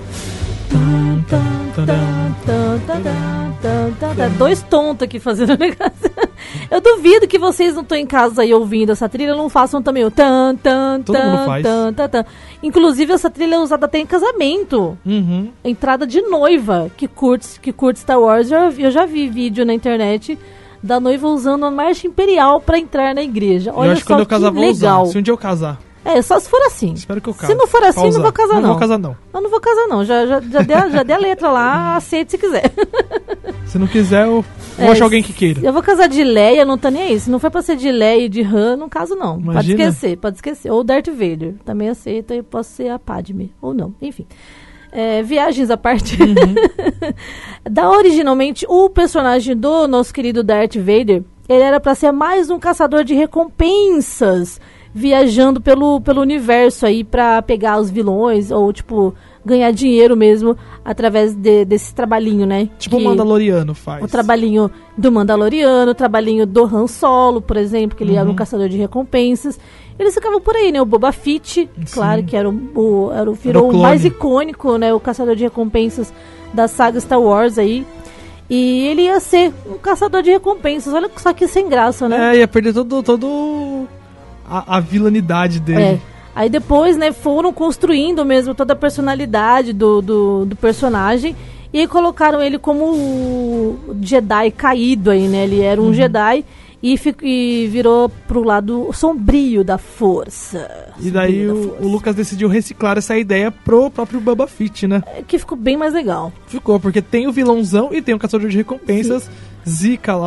Dois tontos aqui fazendo o negócio. Eu duvido que vocês não estão em casa aí ouvindo essa trilha, não façam também o tan. Todo mundo faz. Inclusive essa trilha é usada até em casamento. Entrada de noiva que curte Star Wars. Eu já vi vídeo na internet da noiva usando a marcha imperial pra entrar na igreja. Olha, eu acho que quando eu casar vou usar. Se um dia eu casar. Só se for assim. Espero que eu case. Se não for assim, não vou casar, não. Não vou casar, não. Eu não vou casar, não. Já dei a letra lá, aceite se quiser. Se não quiser, eu vou achar alguém que queira. Eu vou casar de Leia, não tá nem aí. Se não for pra ser de Leia e de Han, não caso, não. Imagina. Pode esquecer. Ou Darth Vader. Também aceita e posso ser a Padme. Ou não. Enfim. Viagens à parte. Originalmente, o personagem do nosso querido Darth Vader, ele era pra ser mais um caçador de recompensas, viajando pelo universo aí pra pegar os vilões, ou tipo, ganhar dinheiro mesmo através desse trabalhinho, né? Tipo o Mandaloriano faz. O trabalhinho do Mandaloriano, o trabalhinho do Han Solo, por exemplo, que ele era um caçador de recompensas. Eles ficavam por aí, né? O Boba Fett, claro, que virou o mais icônico, né? O caçador de recompensas da saga Star Wars aí. E ele ia ser um caçador de recompensas. Olha só que sem graça, né? Ia perder todo a vilanidade dele. Aí depois, né, foram construindo mesmo toda a personalidade do personagem. E aí colocaram ele como o Jedi caído aí, né? Ele era um Jedi e virou pro lado sombrio da força. E daí o Lucas decidiu reciclar essa ideia pro próprio Boba Fett, né? Que ficou bem mais legal. Ficou, porque tem o vilãozão e tem o caçador de recompensas, zica lá.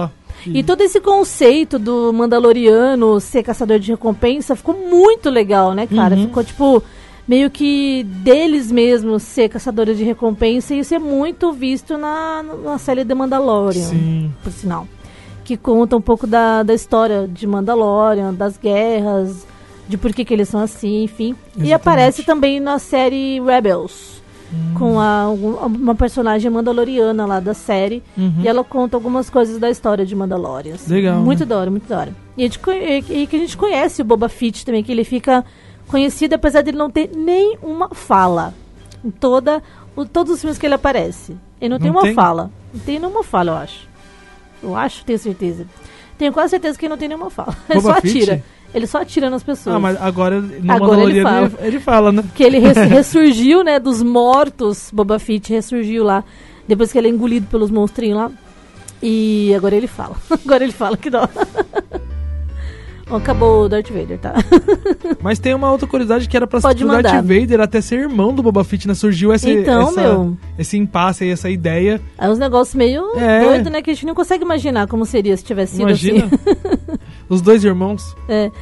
E todo esse conceito do Mandaloriano ser caçador de recompensa ficou muito legal, né, cara? Ficou, tipo, meio que deles mesmos ser caçadores de recompensa, e isso é muito visto na série The Mandalorian, por sinal. Que conta um pouco da história de Mandalorian, das guerras, de por que eles são assim, enfim. Exatamente. E aparece também na série Rebels, com uma personagem mandaloriana lá da série, e ela conta algumas coisas da história de Mandalorian. Legal, muito né? da hora, muito da hora. E que a gente conhece o Boba Fett também, que ele fica conhecido apesar de ele não ter nenhuma fala. Em todos os filmes que ele aparece. Ele não tem uma fala. Não tem nenhuma fala, eu acho. Tenho certeza. Tenho quase certeza que ele não tem nenhuma fala. Ele Boba só Fett? atira. Ele só atira nas pessoas. Ah, mas agora no Mandaloriano ele fala, né? Que ele ressurgiu, né, dos mortos. Boba Fett ressurgiu lá, depois que ele é engolido pelos monstrinhos lá. E agora ele fala. Agora ele fala, que dó. Bom, acabou o Darth Vader, tá? Mas tem uma outra curiosidade que era pra Pode o mandar. Darth Vader até ser irmão do Boba Fett, né? Surgiu esse impasse aí, essa ideia. É uns negócios meio doido, né? Que a gente não consegue imaginar como seria se tivesse sido Imagina. assim. Os dois irmãos.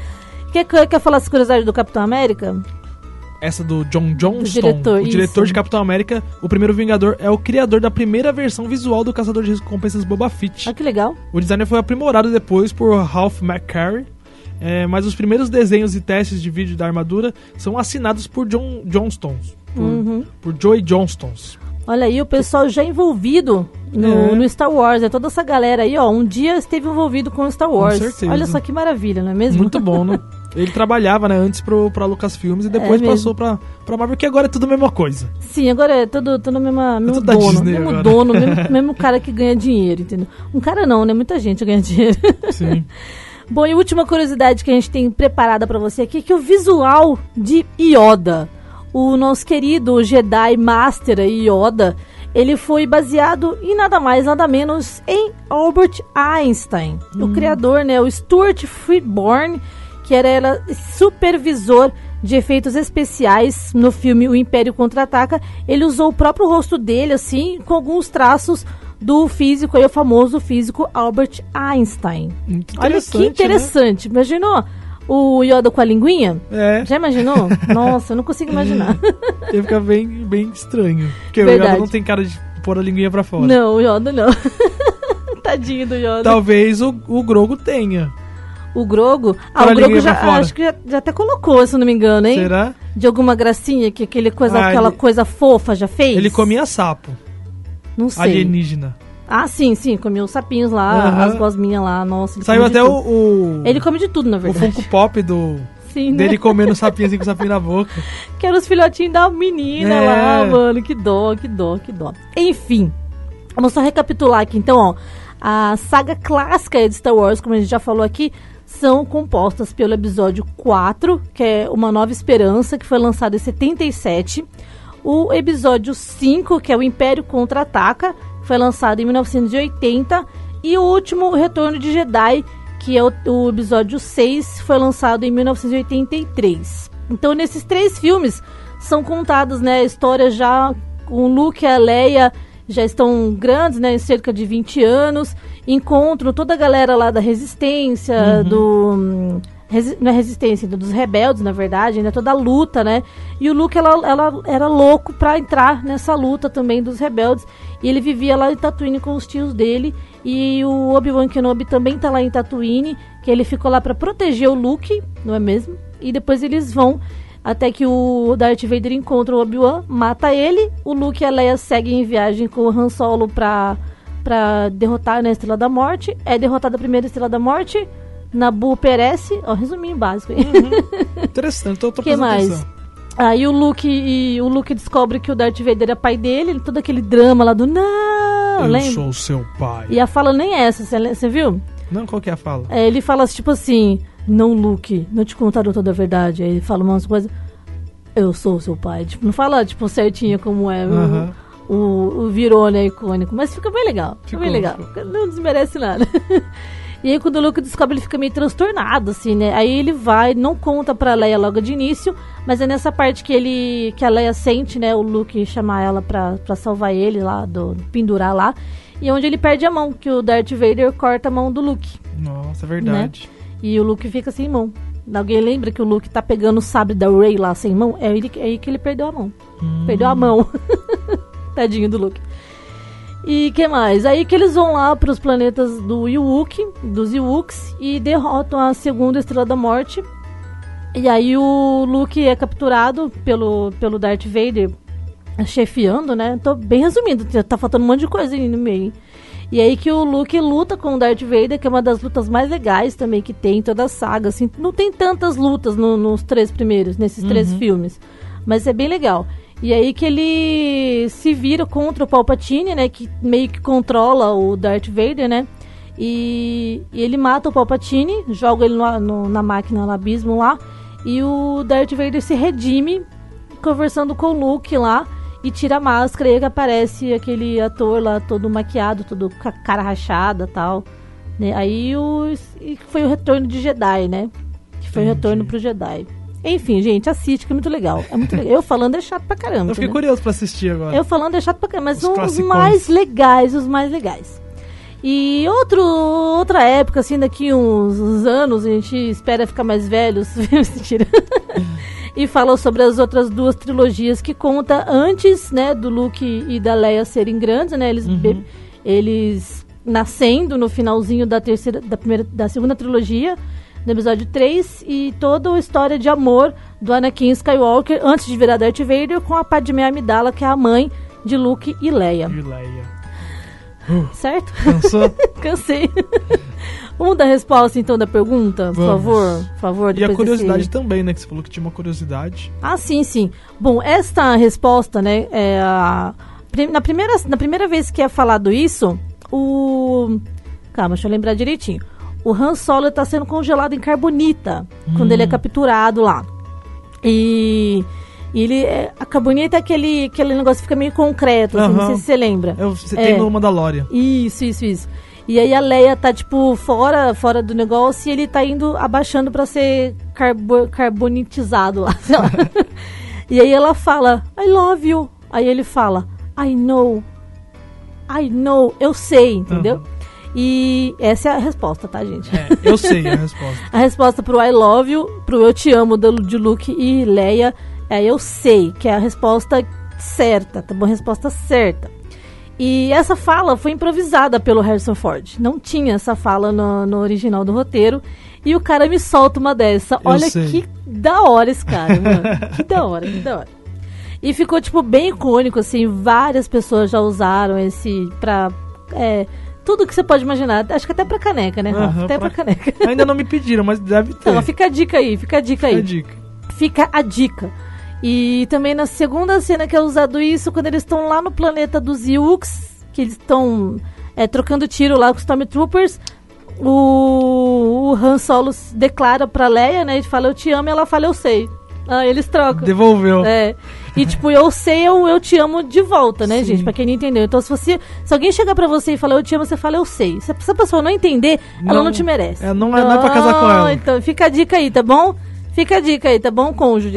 Quer falar essa curiosidade do Capitão América? Essa do John Johnston, diretor, o diretor isso. de Capitão América, o primeiro Vingador, é o criador da primeira versão visual do Caçador de Recompensas Boba Fett. Ah, que legal. O design foi aprimorado depois por Ralph McQuarrie, mas os primeiros desenhos e testes de vídeo da armadura são assinados por John Johnstons, por Joey Johnstons. Olha aí, o pessoal já envolvido no Star Wars. Toda essa galera aí, ó, um dia esteve envolvido com o Star Wars. Com certeza. Olha só que maravilha, não é mesmo? Muito bom, né? Ele trabalhava, né, antes pra Lucasfilmes e depois passou pra Marvel, que agora é tudo a mesma coisa. Sim, agora é tudo mesmo tudo da dono. Disney Mesmo agora. dono, mesmo cara que ganha dinheiro, entendeu? Um cara não, né? Muita gente ganha dinheiro. Sim. Bom, e a última curiosidade que a gente tem preparada pra você aqui é que o visual de Yoda, o nosso querido Jedi Master Yoda, ele foi baseado em nada mais, nada menos em Albert Einstein. O criador, né, o Stuart Freeborn, que era supervisor de efeitos especiais no filme O Império Contra-Ataca. Ele usou o próprio rosto dele, assim, com alguns traços do físico, aí o famoso físico Albert Einstein. Olha que interessante, né? Imaginou o Yoda com a linguinha? Já imaginou? Nossa, eu não consigo imaginar. Ia ficar bem estranho. Porque Verdade. o Yoda não tem cara de pôr a linguinha pra fora. Não, o Yoda não. Tadinho do Yoda. Talvez o Grogu tenha. O Grogu? Pôr a O Grogu linguinha pra fora. acho que já até colocou, se eu não me engano, hein? Será? De alguma gracinha, que aquela ele- coisa fofa já fez? Ele comia sapo. Não sei. Alienígena. Ah, sim, comia os sapinhos lá, Aham. as gosminhas lá, nossa. Ele Saiu come de até tudo. Ele come de tudo, na o verdade. Funko Pop Sim, né? dele comendo sapinho assim com o sapinho na boca. Que eram os filhotinhos da menina É. lá, mano. Que dó. Enfim, vamos só recapitular aqui. Então, ó, a saga clássica de Star Wars, como a gente já falou aqui, são compostas pelo episódio 4, que é Uma Nova Esperança, que foi lançado em 77. O episódio 5, que é o Império Contra-Ataca, que foi lançado em 1980. E o último, O Retorno de Jedi, que é o episódio 6, foi lançado em 1983. Então, nesses 3 filmes, são contadas, né, histórias já... O Luke e a Leia já estão grandes, né, cerca de 20 anos. Encontram toda a galera lá da Resistência, não é Resistência, dos rebeldes, na verdade, né, toda a luta, né. E o Luke, ela era louco pra entrar nessa luta também dos rebeldes. E ele vivia lá em Tatooine com os tios dele. E o Obi-Wan Kenobi também tá lá em Tatooine, que ele ficou lá pra proteger o Luke, não é mesmo? E depois eles vão até que o Darth Vader encontra o Obi-Wan, mata ele. O Luke e a Leia seguem em viagem com o Han Solo pra derrotar, né, a Estrela da Morte. É derrotada a primeira Estrela da Morte. Naboo perece. Ó, resuminho básico. Interessante, tô Que prestando mais? atenção. Aí o Luke descobre que o Darth Vader é pai dele. Todo aquele drama lá do não, Eu lembra? sou seu pai. E a fala nem é essa, você viu? Não, qual que é a fala? Ele fala tipo assim: não, Luke, não te contaram toda a verdade. Aí ele fala umas coisas: eu sou seu pai. Tipo, não fala tipo certinho como é o virou, né, icônico. Mas fica bem legal. Fica bem legal. Não desmerece nada. E aí quando o Luke descobre, ele fica meio transtornado, assim, né? Aí ele vai, não conta pra Leia logo de início, mas é nessa parte que a Leia sente, né, o Luke chamar ela pra salvar ele lá, pendurar lá. e onde ele perde a mão, que o Darth Vader corta a mão do Luke. Nossa, é verdade. E o Luke fica sem mão. Alguém lembra que o Luke tá pegando o sabre da Rey lá sem mão? É aí que ele perdeu a mão. Perdeu a mão. Tadinho do Luke. E que mais? Aí que eles vão lá pros planetas dos Ewoks, e derrotam a segunda Estrela da Morte. E aí o Luke é capturado pelo Darth Vader, chefiando, né? Tô bem resumindo, tá faltando um monte de coisa aí no meio. E aí que o Luke luta com o Darth Vader, que é uma das lutas mais legais também que tem em toda a saga, assim. Não tem tantas lutas nos nesses três filmes, mas é bem legal. E aí que ele se vira contra o Palpatine, né? Que meio que controla o Darth Vader, né? E ele mata o Palpatine, joga ele na máquina, no abismo lá. E o Darth Vader se redime conversando com o Luke lá. E tira a máscara e aí aparece aquele ator lá todo maquiado, todo com a cara rachada e tal. Né? Aí foi o retorno de Jedi, né? Que foi o retorno pro Jedi. Enfim, gente, assiste, que é muito legal. É muito legal. Eu falando é chato pra caramba. Eu fiquei curioso pra assistir agora. Eu falando é chato pra caramba, mas são os mais legais. E outra época, assim, daqui uns anos, a gente espera ficar mais velhos. Mentira. E fala sobre as outras duas trilogias que conta antes, né, do Luke e da Leia serem grandes, né? Eles nascendo no finalzinho da segunda trilogia, no episódio 3, e toda a história de amor do Anakin Skywalker antes de virar Darth Vader com a Padmé Amidala, que é a mãe de Luke e Leia. Certo? Cansou? Cansei. Vamos dar resposta, então, da pergunta? Por favor. E a curiosidade também, né? Que você falou que tinha uma curiosidade. Ah, sim. Bom, esta resposta, né? Na primeira vez que é falado isso, Calma, deixa eu lembrar direitinho. O Han Solo está sendo congelado em carbonita quando ele é capturado lá. E ele a carbonita é aquele negócio que fica meio concreto, assim, não sei se você lembra. Você tem no Mandalorian. Isso. E aí a Leia tá, tipo, fora do negócio e ele tá indo abaixando pra ser carbonitizado lá, sei lá. E aí ela fala, I love you. Aí ele fala, I know, eu sei, entendeu? E essa é a resposta, tá, gente? Eu sei a resposta. A resposta pro I love you, pro eu te amo de Luke e Leia, eu sei, que é a resposta certa, tá bom? A resposta certa. E essa fala foi improvisada pelo Harrison Ford. Não tinha essa fala no original do roteiro. E o cara me solta uma dessa. Olha que da hora esse cara, mano. Que da hora. E ficou, tipo, bem icônico, assim. Várias pessoas já usaram esse pra... tudo que você pode imaginar. Acho que até pra caneca, né, Rafa? Até pra caneca. Ainda não me pediram, mas deve ter. Então, fica a dica aí. Fica a dica. E também na segunda cena que é usado isso, quando eles estão lá no planeta dos Ewoks, que eles estão trocando tiro lá com os Stormtroopers, o Han Solo declara pra Leia, né? Ele fala, eu te amo, e ela fala, eu sei. Ah, eles trocam. Devolveu. E tipo, eu sei, eu te amo de volta, né, gente? Pra quem não entendeu. Então, se alguém chegar pra você e falar, eu te amo, você fala, eu sei. Se essa pessoa não entender, ela não te merece. Não é pra casar com ela. Então, fica a dica aí, tá bom? Fica a dica aí, tá bom, cônjuge?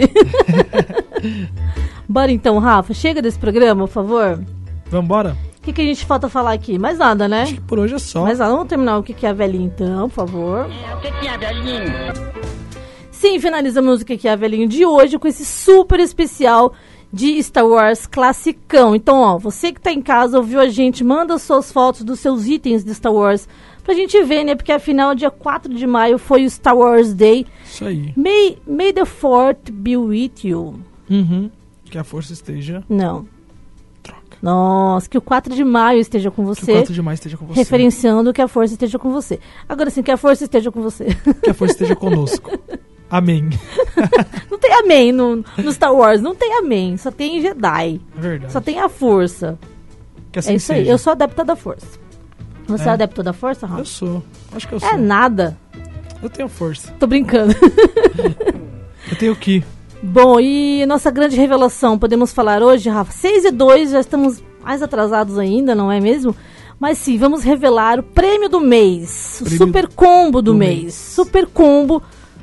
Bora então, Rafa. Chega desse programa, por favor. Vambora. O que a gente falta falar aqui? Mais nada, né? Acho que por hoje é só. Mais nada. Vamos terminar o que é a velhinha, então, por favor. O que é a velhinha? Sim, finalizamos o que é a velhinha de hoje com esse super especial de Star Wars classicão. Então, ó, você que tá em casa, ouviu a gente, manda suas fotos dos seus itens de Star Wars pra gente ver, né? Porque afinal, dia 4 de maio foi o Star Wars Day. Isso aí. May the Fourth be with you. Que a força esteja... Não. Troca. Nossa, que o 4 de maio esteja com você. Que o 4 de maio esteja com você. Referenciando que a força esteja com você. Agora sim, que a força esteja com você. Que a força esteja conosco. Amém. Não tem amém no Star Wars. Não tem amém. Só tem Jedi. É verdade. Só tem a força. Que assim é isso seja. aí. Eu sou adepta da força. Você é adepto da força, Rafa? Eu sou. Acho que eu sou. É nada. Eu tenho força. Tô brincando. Eu tenho o que? Bom, e nossa grande revelação, podemos falar hoje, Rafa? 6:02, já estamos mais atrasados ainda, não é mesmo? Mas sim, vamos revelar o prêmio do mês. O super combo do mês. Super combo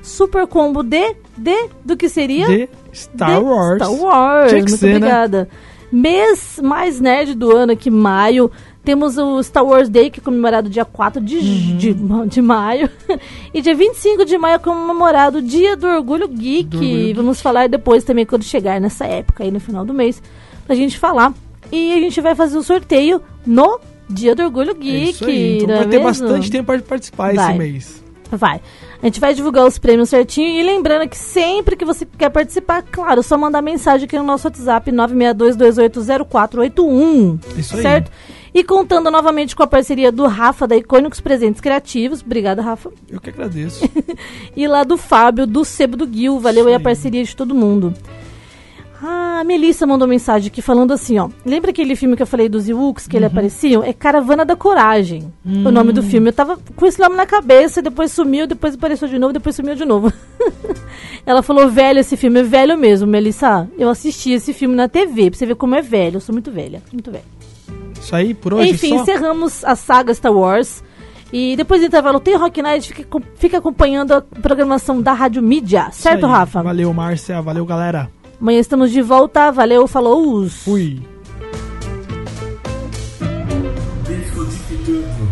do que seria? De Star Wars. Star Wars, muito ser, obrigada. Né? Mês mais nerd do ano aqui, maio. Temos o Star Wars Day, que é comemorado dia 4 de maio. E dia 25 de maio é comemorado o Dia do Orgulho Geek. Vamos falar depois também, quando chegar nessa época, aí no final do mês, pra gente falar. E a gente vai fazer o sorteio no Dia do Orgulho Geek. Isso aí. Então vai ter bastante tempo para participar esse mês. Vai. A gente vai divulgar os prêmios certinho. E lembrando que sempre que você quer participar, claro, só mandar mensagem aqui no nosso WhatsApp 962280481. Isso aí. Certo? E contando novamente com a parceria do Rafa, da Icônicos Presentes Criativos. Obrigada, Rafa. Eu que agradeço. E lá do Fábio, do Sebo do Gil. Valeu aí a parceria de todo mundo. A Melissa mandou mensagem aqui falando assim, ó. Lembra aquele filme que eu falei dos Ewoks, que ele apareciam? É Caravana da Coragem, o nome do filme. Eu tava com esse nome na cabeça, depois sumiu, depois apareceu de novo, depois sumiu de novo. Ela falou, velho esse filme, é velho mesmo, Melissa. Eu assisti esse filme na TV, pra você ver como é velho. Eu sou muito velha, muito velha. Isso aí, por hoje enfim, só? Encerramos a saga Star Wars. E depois do intervalo tem Rock Night, fica acompanhando a programação da Rádio Mídia. Certo, Rafa? Valeu, Márcia. Valeu, galera. Amanhã estamos de volta. Valeu, falou. Fui.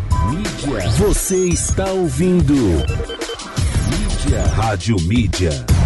Mídia. Você está ouvindo Mídia. Rádio Mídia.